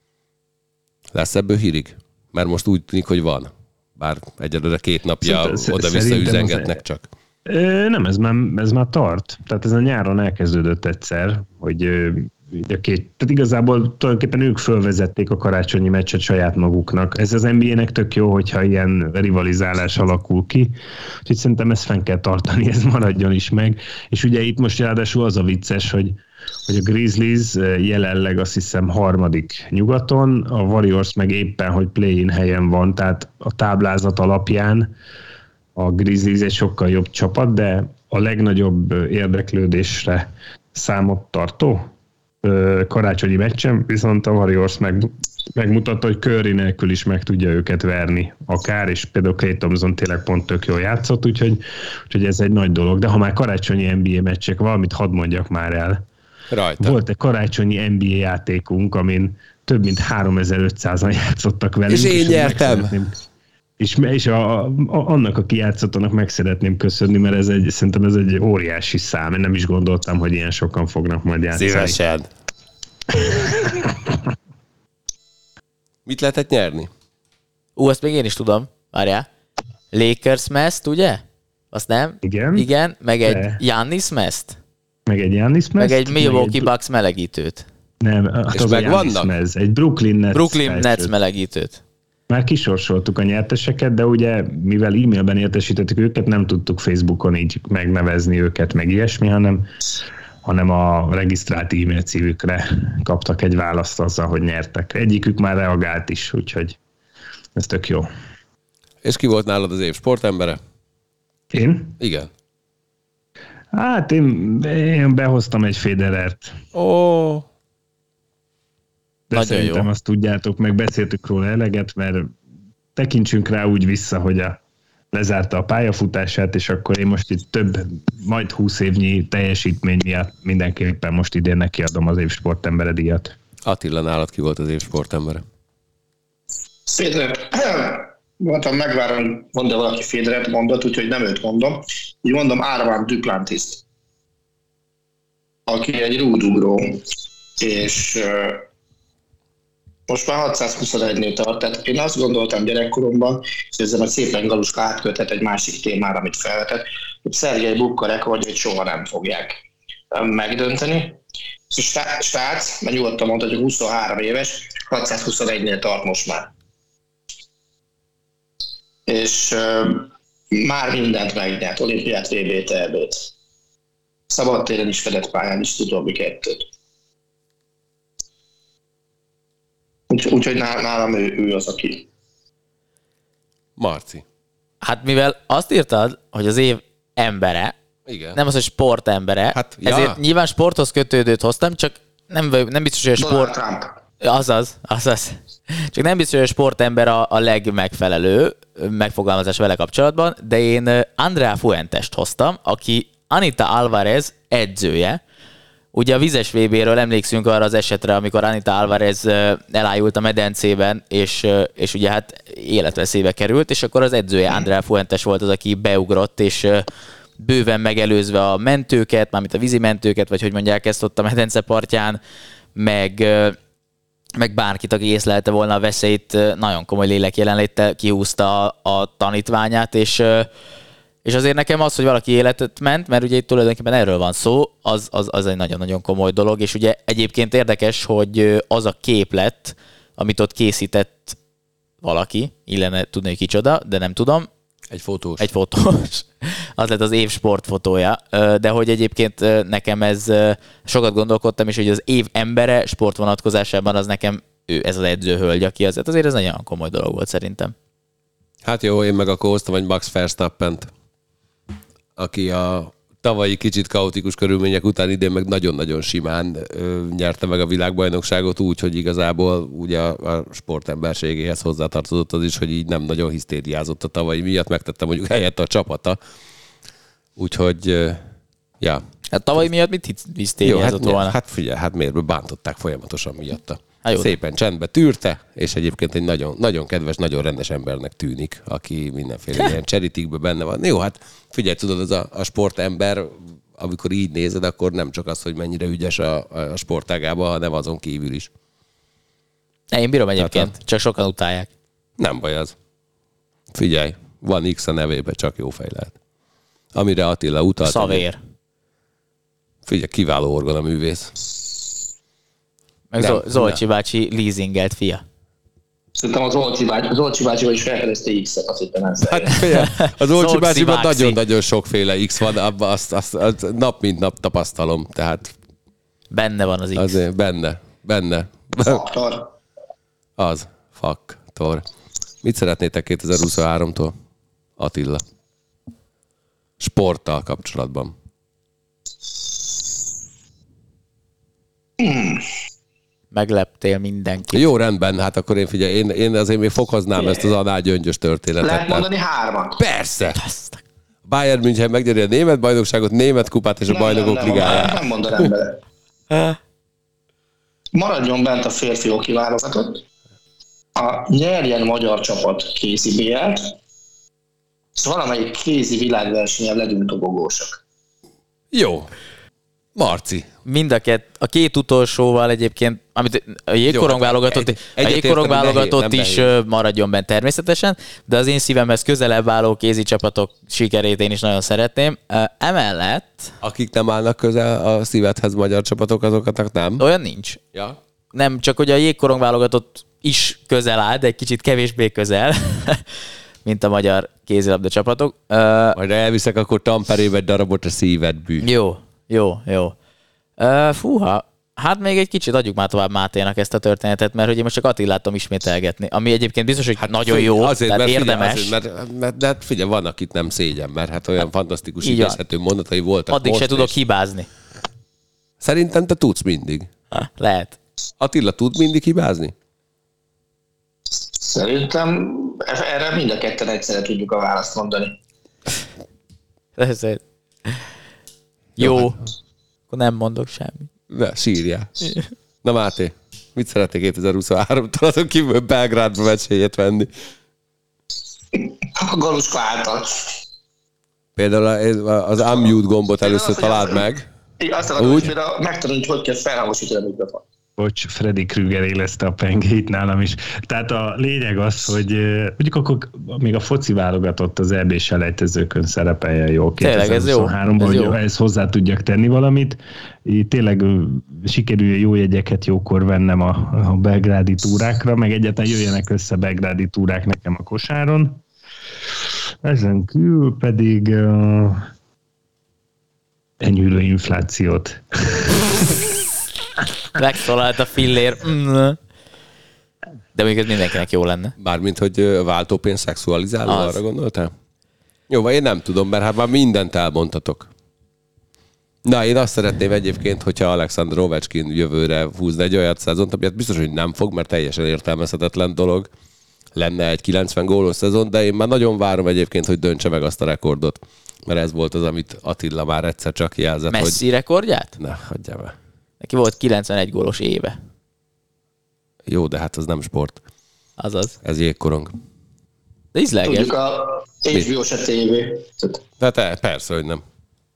Lesz ebből hírig? Mert most úgy tűnik, hogy van. Bár egyelőre 2 napja oda-vissza üzengetnek csak. Nem, ez már tart. Tehát ez a nyáron elkezdődött egyszer, hogy tehát igazából tulajdonképpen ők fölvezették a karácsonyi meccset saját maguknak. Ez az NBA-nek tök jó, hogyha ilyen rivalizálás alakul ki. Úgyhogy szerintem ezt fenn kell tartani, ez maradjon is meg. És ugye itt most ráadásul az a vicces, hogy a Grizzlies jelenleg azt hiszem 3. nyugaton, a Warriors meg éppen, hogy play-in helyen van, tehát a táblázat alapján a Grizzlies egy sokkal jobb csapat, de a legnagyobb érdeklődésre számot tartó karácsonyi meccsen, viszont a Warriors megmutatta, hogy Curry nélkül is meg tudja őket verni akár, és például Klay Thompson tényleg pont tök jól játszott, úgyhogy ez egy nagy dolog. De ha már karácsonyi NBA meccsek, valamit hadd mondjak már el. Rajta. Volt egy karácsonyi NBA játékunk, amin több mint 3500-an játszottak velünk. És én nyertem. És annak, aki játszott, annak meg szeretném köszönni, mert szerintem ez egy óriási szám. Én nem is gondoltam, hogy ilyen sokan fognak majd játszani. Szívesen. Mit lehetett nyerni? Azt még én is tudom. Várjál. Lakers Mest, ugye? Azt nem? Igen. Meg egy Giannis Mest. Meg egy Giannis Mest. Meg egy Milwaukee Bucks melegítőt. Nem, és az meg vannak? Egy Brooklyn Nets melegítőt. Már kisorsoltuk a nyerteseket, de ugye, mivel e-mailben értesítettük őket, nem tudtuk Facebookon így megnevezni őket, meg ilyesmi, hanem a regisztrált e-mail címükre kaptak egy választ azzal, hogy nyertek. Egyikük már reagált is, úgyhogy ez tök jó. És ki volt nálad az év sportembere? Én? Igen. Hát én behoztam egy Federert. De nagyon szerintem jó. Azt tudjátok, meg beszéltük róla eleget, mert tekintsünk rá úgy vissza, hogy lezárta a pályafutását, és akkor én most itt majd 20 évnyi teljesítmény miatt mindenképpen most idén nekiadom az év sportembere díjat. Attila, nálad ki volt az év sportembere? Federer. Voltam megvárom, hogy mondja valaki Federert mondat, úgyhogy nem őt mondom. Így mondom Armand Duplantis, aki egy rúdugró, és most már 621-nél tart. Tehát én azt gondoltam gyerekkoromban, és ezzel majd szépen Galuska átköthet egy másik témára, amit felvetett, hogy Szergej Bubka rekordjait soha nem fogják megdönteni. És srác, mert nyugodtan mondta, hogy 23 éves, 621-nél tart most már. és már mindent megnyert, olimpiát, VB-t, EB-t. Szabadtéren is, fedett pályán is utóbbi kettőt. Úgyhogy nálam ő az, aki. Marci. Hát mivel azt írtad, hogy az év embere, igen. Nem az, hogy sportembere, hát, ezért nyilván sporthoz kötődőt hoztam, csak nem biztos, hogy a sport... Trump. Azaz. Csak nem biztos, hogy a sportember a legmegfelelő megfogalmazás vele kapcsolatban, de én Andrea Fuentest hoztam, aki Anita Alvarez edzője. Ugye a vizes VB-ről emlékszünk arra az esetre, amikor Anita Alvarez elájult a medencében, és ugye hát életveszélybe került, és akkor az edzője Andrea Fuentes volt az, aki beugrott, és bőven megelőzve a mentőket, mármint a vízimentőket, vagy hogy mondják ezt ott a medence partján, meg bárkit, aki észlelte volna a veszélyt, nagyon komoly lélekjelenléttel kihúzta a tanítványát, és azért nekem az, hogy valaki életet ment, mert ugye itt tulajdonképpen erről van szó, az egy nagyon-nagyon komoly dolog, és ugye egyébként érdekes, hogy az a képlet, amit ott készített valaki, illene tudni, hogy kicsoda, de nem tudom. Egy fotós. Az lett az év sportfotója, de hogy egyébként nekem ez, sokat gondolkodtam is, hogy az év embere sport vonatkozásában az nekem ez az edzőhölgy, aki azért ez nagyon komoly dolog volt szerintem. Hát jó, én meg akkor hoztam egy Max Verstappent, aki a tavalyi kicsit kaotikus körülmények után idén meg nagyon-nagyon simán nyerte meg a világbajnokságot úgy, hogy igazából ugye a sportemberségéhez hozzátartozott az is, hogy így nem nagyon hisztériázott a tavalyi miatt, megtette mondjuk helyett a csapata. Úgyhogy, ja. Hát tavalyi miatt mit hisztériázott volna? Hát figyelj, hát miért bántották folyamatosan miatta. Szépen csendbe tűrte, és egyébként egy nagyon, nagyon kedves, nagyon rendes embernek tűnik, aki mindenféle ilyen charitikbe benne van. Jó, hát figyelj, tudod, az a sportember, amikor így nézed, akkor nem csak az, hogy mennyire ügyes a sportágában, hanem azon kívül is. Én bírom egyébként, csak sokan utálják. Nem baj az. Figyelj, van X a nevébe, csak jó fej lehet. Amire Attila utalt. Szavér. Figyelj, kiváló orgonaművész. Meg Zolcsi bácsi leasingelt fia. Szerintem az Zolcsi bácsival is felfedezte X-et, azt hittem nem a Zolcsi bácsiban nagyon-nagyon sokféle X van, abban azt nap mint nap tapasztalom, tehát... Benne van az X. Azért, benne. Faktor. Az, faktor. Mit szeretnétek 2023-tól, Attila? Sporttal kapcsolatban. Megleptél mindenkit. Jó, rendben, hát akkor én azért még fokoznám ezt az análgyöngyös történetet. Lehet mondani 3-at? Persze! Bayern München megnyeri a német bajnokságot, német kupát és a bajnokok ligáját. Nem mondanám bele. Maradjon bent a férfi hoki válogatott, a nyerjen magyar csapat kézi BL-t, és valamelyik kézi világversenyen legyünk dobogósak. Jó. Marci. A két utolsóval egyébként, amit a jégkorong válogatott is maradjon bent természetesen, de az én szívemhez közelebb álló kézi csapatok sikerét én is nagyon szeretném. Emellett... Akik nem állnak közel a szívedhez magyar csapatok, azokat nem? Olyan nincs. Ja. Nem, csak hogy a jégkorong válogatott is közel áll, de egy kicsit kevésbé közel, mint a magyar kézilabda csapatok. Majd elviszek akkor Tamperébe egy darabot a szívedbű. Jó. Fúha, hát még egy kicsit adjuk már tovább Máténak ezt a történetet, mert hogy én most csak Attilát tudom ismételgetni, ami egyébként biztos, hogy hát nagyon jó, azért, tehát mert érdemes. Figyelj, de hát figyelj, van, akit nem szégyen, mert hát olyan fantasztikus idézhető mondatai voltak. Addig se tudok hibázni. Szerintem te tudsz mindig. Lehet. Attila tud mindig hibázni? Szerintem erre mind a ketten egyszerre tudjuk a választ mondani. Jó. Akkor nem mondok semmit. Ne, sírjál. Na Máté, mit szeretnék 2023-tól azon kívül Belgrádba meccséjét venni? A Galuska által. Például az unmute gombot először találd meg. Azt akarom, hogy például megtanulni, hogy kell felhangosítani a mikrofon. Bocs, Freddy Krüger éleszte a pengét nálam is. Tehát a lényeg az, hogy mondjuk akkor még a foci válogatott az EB selejtezőkön szerepeljen jól 2023-ban, hogy ehhez hozzá tudjak tenni valamit. Így tényleg sikerül jó jegyeket jókor vennem a belgrádi túrákra, meg egyáltalán jöjjenek össze belgrádi túrák nekem a kosáron. Ezen kívül pedig enyhülő inflációt. Megszólalt a fillér. De még ez mindenkinek jó lenne. Bármint, hogy váltópénz szexualizáló, arra gondoltál? Jó, vagy én nem tudom, mert hát már mindent elmondtatok. Na, én azt szeretném egyébként, hogyha Alexander Ovechkin jövőre húzna egy olyat szezont, amit biztos, hogy nem fog, mert teljesen értelmezhetetlen dolog lenne egy 90 gólos szezon, de én már nagyon várom egyébként, hogy döntse meg azt a rekordot, mert ez volt az, amit Attila már egyszer csak jelzett. Messi rekordját? Ne, hagyjál be. Neki volt 91 gólos éve. Jó, de hát az nem sport. Azaz. Ez jégkorong. De ízleges. Tudjuk, a HBO se tévé. Tehát persze, hogy nem.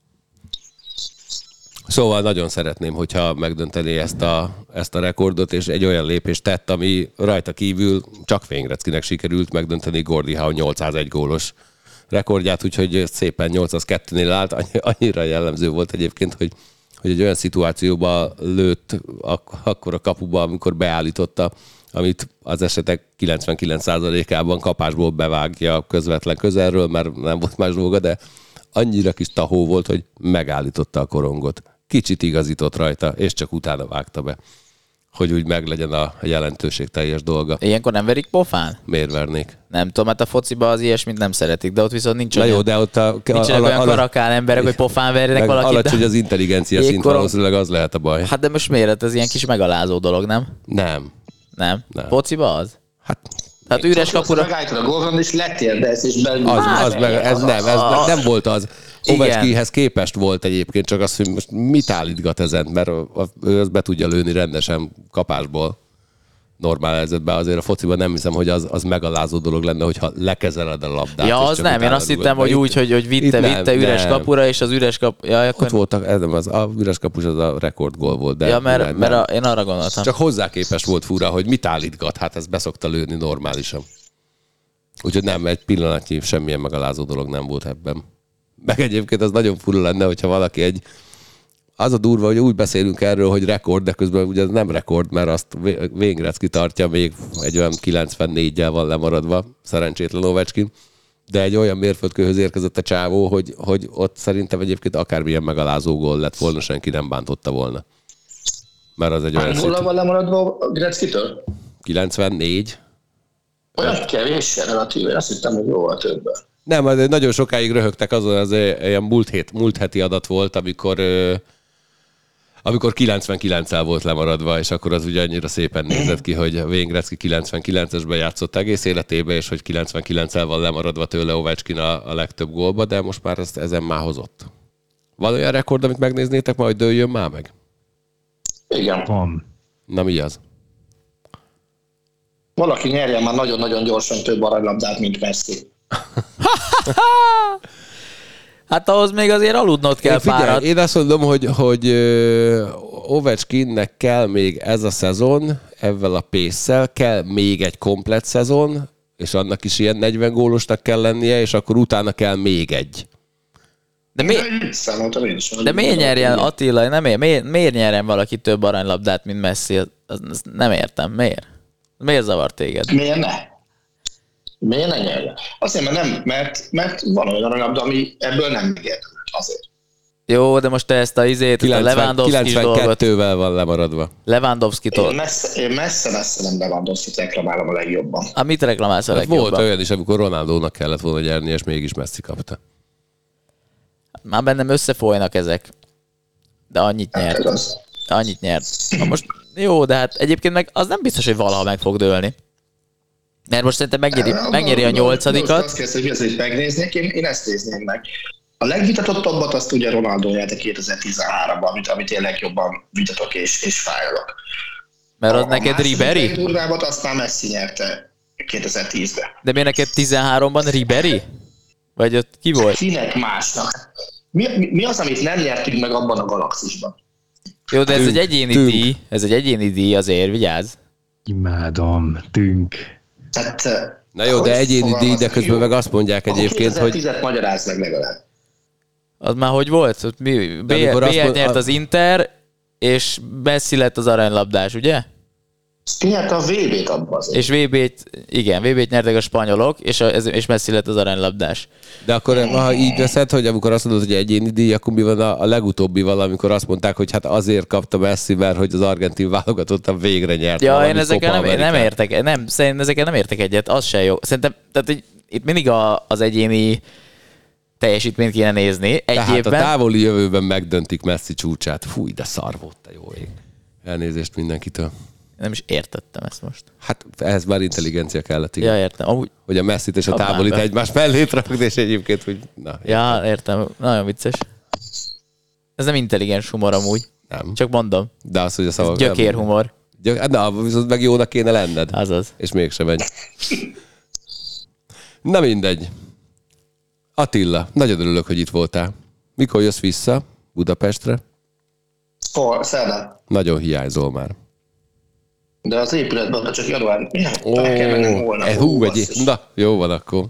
Szóval nagyon szeretném, hogyha megdönteni ezt a rekordot, és egy olyan lépést tett, ami rajta kívül csak Wayne Gretzkynek sikerült megdönteni Gordie Howe 801 gólos rekordját, úgyhogy szépen 802-nél állt. Annyira jellemző volt egyébként, hogy egy olyan szituációba lőtt akkor a kapuba, amikor beállította, amit az esetek 99%-ában kapásból bevágja közvetlen közelről, mert nem volt más dolga, de annyira kis tahó volt, hogy megállította a korongot. Kicsit igazított rajta, és csak utána vágta be, hogy úgy meglegyen a jelentőség teljes dolga. Ilyenkor nem verik pofán? Miért vernék? Nem tudom, hát a fociba az ilyesmit nem szeretik, de ott viszont nincs olyan, jó, de ott nincsenek olyan karakán emberek, hogy pofán verjenek valakit. Alacsony az intelligencia szint, valószínűleg az lehet a baj. Hát de most miért? Ez ilyen kis megalázó dolog, nem? Nem. Fociba az? Hát üres kapura... Megállítod a gólon, és letérdez, és belül... Ez nem volt az. Ovechkinhez képest volt egyébként, csak az, hogy most mit állítgat ezen, mert ő azt be tudja lőni rendesen kapásból. Normál helyzetben azért a fociban nem hiszem, hogy az megalázó dolog lenne, hogyha lekezeled a labdát. Ja, az nem, én azt hittem, hogy úgy, hogy vitte üres kapura, és az üres kap... Ja, akkor... Ott voltak, az üres kapus az a rekordgól volt. De ja, mert én arra gondoltam. Csak hozzá képest volt fura, hogy mit állítgat, hát ez beszokta lőni normálisan. Úgyhogy nem, egy pillanatnyi semmilyen megalázó dolog nem volt ebben. Meg egyébként az nagyon fura lenne, hogyha valaki az a durva, hogy úgy beszélünk erről, hogy rekord, de közben ugye ez nem rekord, mert azt Wayne Gretzky tartja, még egy olyan 94-jel van lemaradva, szerencsétlen Ovechkin, de egy olyan mérföldkőhöz érkezett a csávó, hogy ott szerintem egyébként akármilyen megalázó gól lett volna, senki nem bántotta volna. Mert az egy olyan... Hol van lemaradva Gretzkytől? 94. Olyan kevés relatíve, azt hittem, hogy jóval többen. Nem, nagyon sokáig röhögtek azon, az ilyen múlt heti adat volt, amikor 99-el volt lemaradva, és akkor az ugye annyira szépen nézett ki, hogy Wayne Gretzky 99-esben játszott egész életében, és hogy 99-el van lemaradva tőle Ovechkin a legtöbb gólba, de most már ezen már hozott. Van olyan rekord, amit megnéznétek, majd dőljön már meg? Igen. Van. Na mi az? Valaki nyerjen már nagyon-nagyon gyorsan több aranylabdát, mint Messi. Hát ahhoz még azért aludnod kell párat. Én azt mondom, hogy Ovechkinnek kell még ez a szezon, ezzel a pace-szel, kell még egy komplett szezon, és annak is ilyen 40 gólosnak kell lennie, és akkor utána kell még egy. De miért nyerjen Attila? Miért nyerjen valaki több aranylabdát, mint Messi? Azt nem értem. Miért zavar téged? Miért ne nyerjen? Azért, mert van olyan aranylabda, ami ebből nem megérdemel azért. Jó, de most te ezt a a Lewandowski dolgot... 92-vel van lemaradva. Lewandowski-tól. Én messze nem Lewandowskit reklamálom a legjobban. Mit reklamálsz a legjobban? Volt olyan is, amikor Ronaldónak kellett volna nyerni, és mégis Messi kapta. Már bennem összefolynak ezek. De annyit nyert. Na most jó, de hát egyébként meg az nem biztos, hogy valaha meg fog dőlni. Mert most szerintem megnyeri a 8-adikat. Azt kérdez, hogy mi az, hogy megnéznék, én ezt nézném meg. A legvitatottabbat azt ugye Ronaldo nyerte 2013-ban, amit én legjobban vitatok és fájolok. Mert az neked Ribéry? A durvábbat azt már Messi nyerte 2010-ben. De miért neked 13-ban Ribéry? Vagy ott ki volt? Kinek másnak? Mi az, amit nem nyertünk meg abban a galaxisban? Jó, de ez egy egyéni díj. Ez egy egyéni díj azért, vigyázz. Imádom, tünk. Tehát, na jó, de egyéni díj, de közben meg azt mondják egyébként, hogy... 2010-et magyarázd meg legalább. Az már hogy volt? BL nyert az Inter, és Messi lett az aranylabdás, ugye? Ki nyerte a VB-t abban azért? És VB-t nyertek a spanyolok, és Messi lett az aranylabdás. De akkor, ha így veszed, hogy amikor azt mondod, hogy egyéni díj, akkor mi van a legutóbbival, amikor azt mondták, hogy hát azért kapta Messi, mert hogy az argentin válogatottan végre nyert. Ja, én ezekkel nem értek, szerintem ezekkel nem értek egyet, az se jó. Szerintem, tehát itt mindig az egyéni teljesítményt kéne nézni. Tehát a távoli jövőben megdöntik Messi csúcsát. Fúj, de szar volt, te jó ég. Elnézést mindenkitől. Nem is értettem ezt most. Hát ehhez már intelligencia kellett, igen. Ja, értem. Amúgy... Hogy a Messit és a távolit egymás mellé rakni, és egyébként, hogy... Na, ja, értem. Nagyon vicces. Ez nem intelligens humor amúgy. Nem. Csak mondom. De az, hogy a szavak... Gyökérhumor. Na, viszont meg jónak kéne lenned. Azaz. És mégsem megy. Na mindegy. Attila, nagyon örülök, hogy itt voltál. Mikor jössz vissza Budapestre? Szerdán. Nagyon hiányzol már. De az épületben csak január... Na, jó van akkor.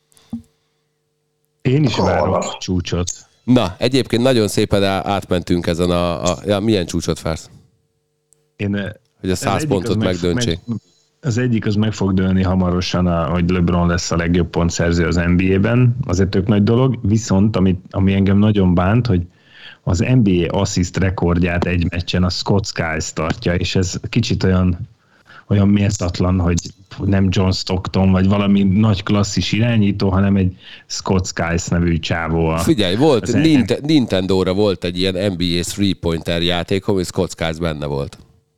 Én is várok csúcsot. Na, egyébként nagyon szépen átmentünk ezen milyen csúcsot vársz? Hogy a 100 pontot megdöntsék. Az egyik az meg fog dőlni hamarosan, hogy LeBron lesz a legjobb pontszerző az NBA-ben. Az egy tök nagy dolog. Viszont, ami engem nagyon bánt, hogy az NBA assist rekordját egy meccsen a Scott Skiles tartja, és ez kicsit olyan méltatlan, hogy nem John Stockton, vagy valami nagy klasszis irányító, hanem egy Scott Skiles nevű csávó. Figyelj, volt Nintendo-ra volt egy ilyen NBA three-pointer játék, ahol Scott Skiles benne volt.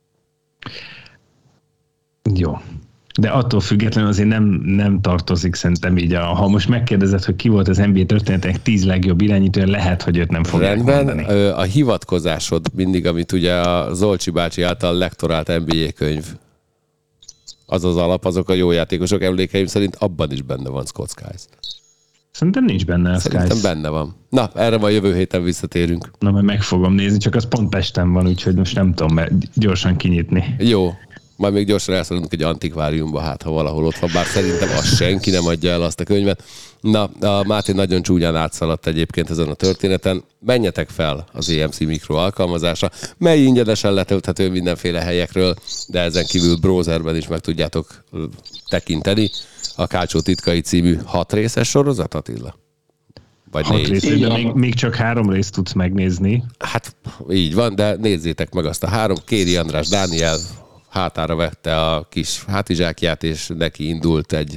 Jó. De attól függetlenül azért nem tartozik szerintem így. Ha most megkérdezed, hogy ki volt az NBA történetek 10 legjobb irányítója, lehet, hogy őt nem fogják mondani. A hivatkozásod mindig, amit ugye a Zolcsi bácsi által lektorált NBA könyv, az az alap, azok a jó játékosok, emlékeim szerint abban is benne van Scott Skiles. Szerintem nincs benne a Skiles. Szerintem benne van. Na, erre majd jövő héten visszatérünk. Na, majd meg fogom nézni, csak az pont Pesten van, úgyhogy most nem tudom gyorsan kinyitni. Jó. Majd még gyorsan elszaladunk egy antikváriumba, hát ha valahol ott van, bár szerintem azt senki nem adja el azt a könyvet. Na, a Máté nagyon csúnyán átszaladt egyébként ezen a történeten. Menjetek fel az EMC Mikro alkalmazásra, mely ingyenesen letölthető mindenféle helyekről, de ezen kívül browserben is meg tudjátok tekinteni. A Kácsó titkai című 6 részes sorozat, Attila? Vagy 6 részes, de még csak 3 részt tudsz megnézni. Hát így van, de nézzétek meg azt a 3. Kéri András Dániel hátára vette a kis hátizsákját, és neki indult egy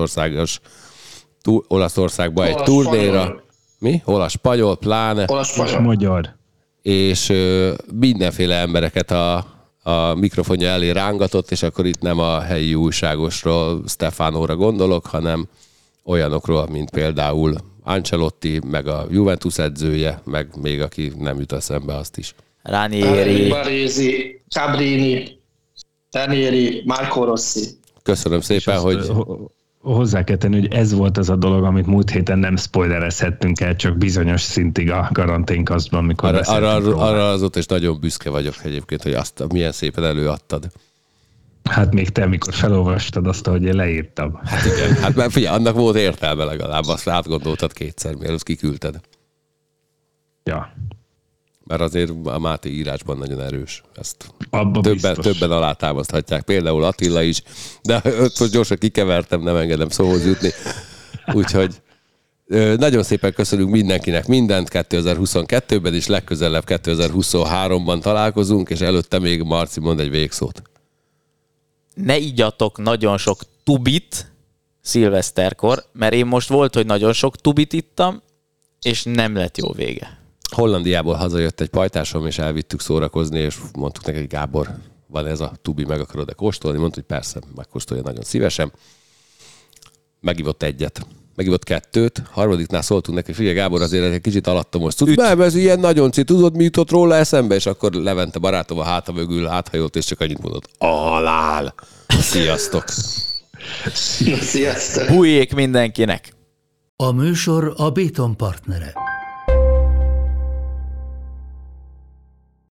Olaszországba egy turnéra. Mi? Olasz-spanyol, pláne. Magyar. És mindenféle embereket a mikrofonja elé rángatott, és akkor itt nem a helyi újságosról, Stefánóra gondolok, hanem olyanokról, mint például Ancelotti, meg a Juventus edzője, meg még aki nem jut eszembe, azt is. Ranieri. Baresi, Cabrini, Ranieri, Marco Rossi. Köszönöm szépen, hogy... Hozzá kell tenni, hogy ez volt az a dolog, amit múlt héten nem spoilerezhettünk el, csak bizonyos szintig a karanténkasztban, amikor beszéltünk róla. Arra azóta is nagyon büszke vagyok egyébként, hogy azt milyen szépen előadtad. Hát még te, amikor felolvastad azt, ahogy én leírtam. Hát igen, hát mert figyelj, annak volt értelme legalább, azt átgondoltad kétszer, mielőtt kiküldted. Ja. Mert azért a Máté írásban nagyon erős. Ezt többen alátámaszthatják. Például Attila is, de most gyorsan kikevertem, nem engedem szóhoz jutni. Úgyhogy nagyon szépen köszönünk mindenkinek mindent 2022-ben, és legközelebb 2023-ban találkozunk, és előtte még Marci mond egy végszót. Ne igyatok nagyon sok tubit szilveszterkor, mert én most volt, hogy nagyon sok tubit ittam, és nem lett jó vége. Hollandiából hazajött egy pajtásom, és elvittük szórakozni, és mondtuk neki, hogy Gábor, van ez a tubi, meg akarod-e kóstolni? Mondta, hogy persze, megkóstolja nagyon szívesen. Megivott egyet. Megivott 2, harmadiknál szóltunk neki, figyelj Gábor, azért egy kicsit alattam most. Nem, ez ilyen nagyon tudod, mi jutott róla eszembe? És akkor Levente barátom a háta mögül áthajolt, és csak annyit mondott. Alál! Sziasztok! Sziasztok! Bújjék mindenkinek! A műsor a Béton partnere.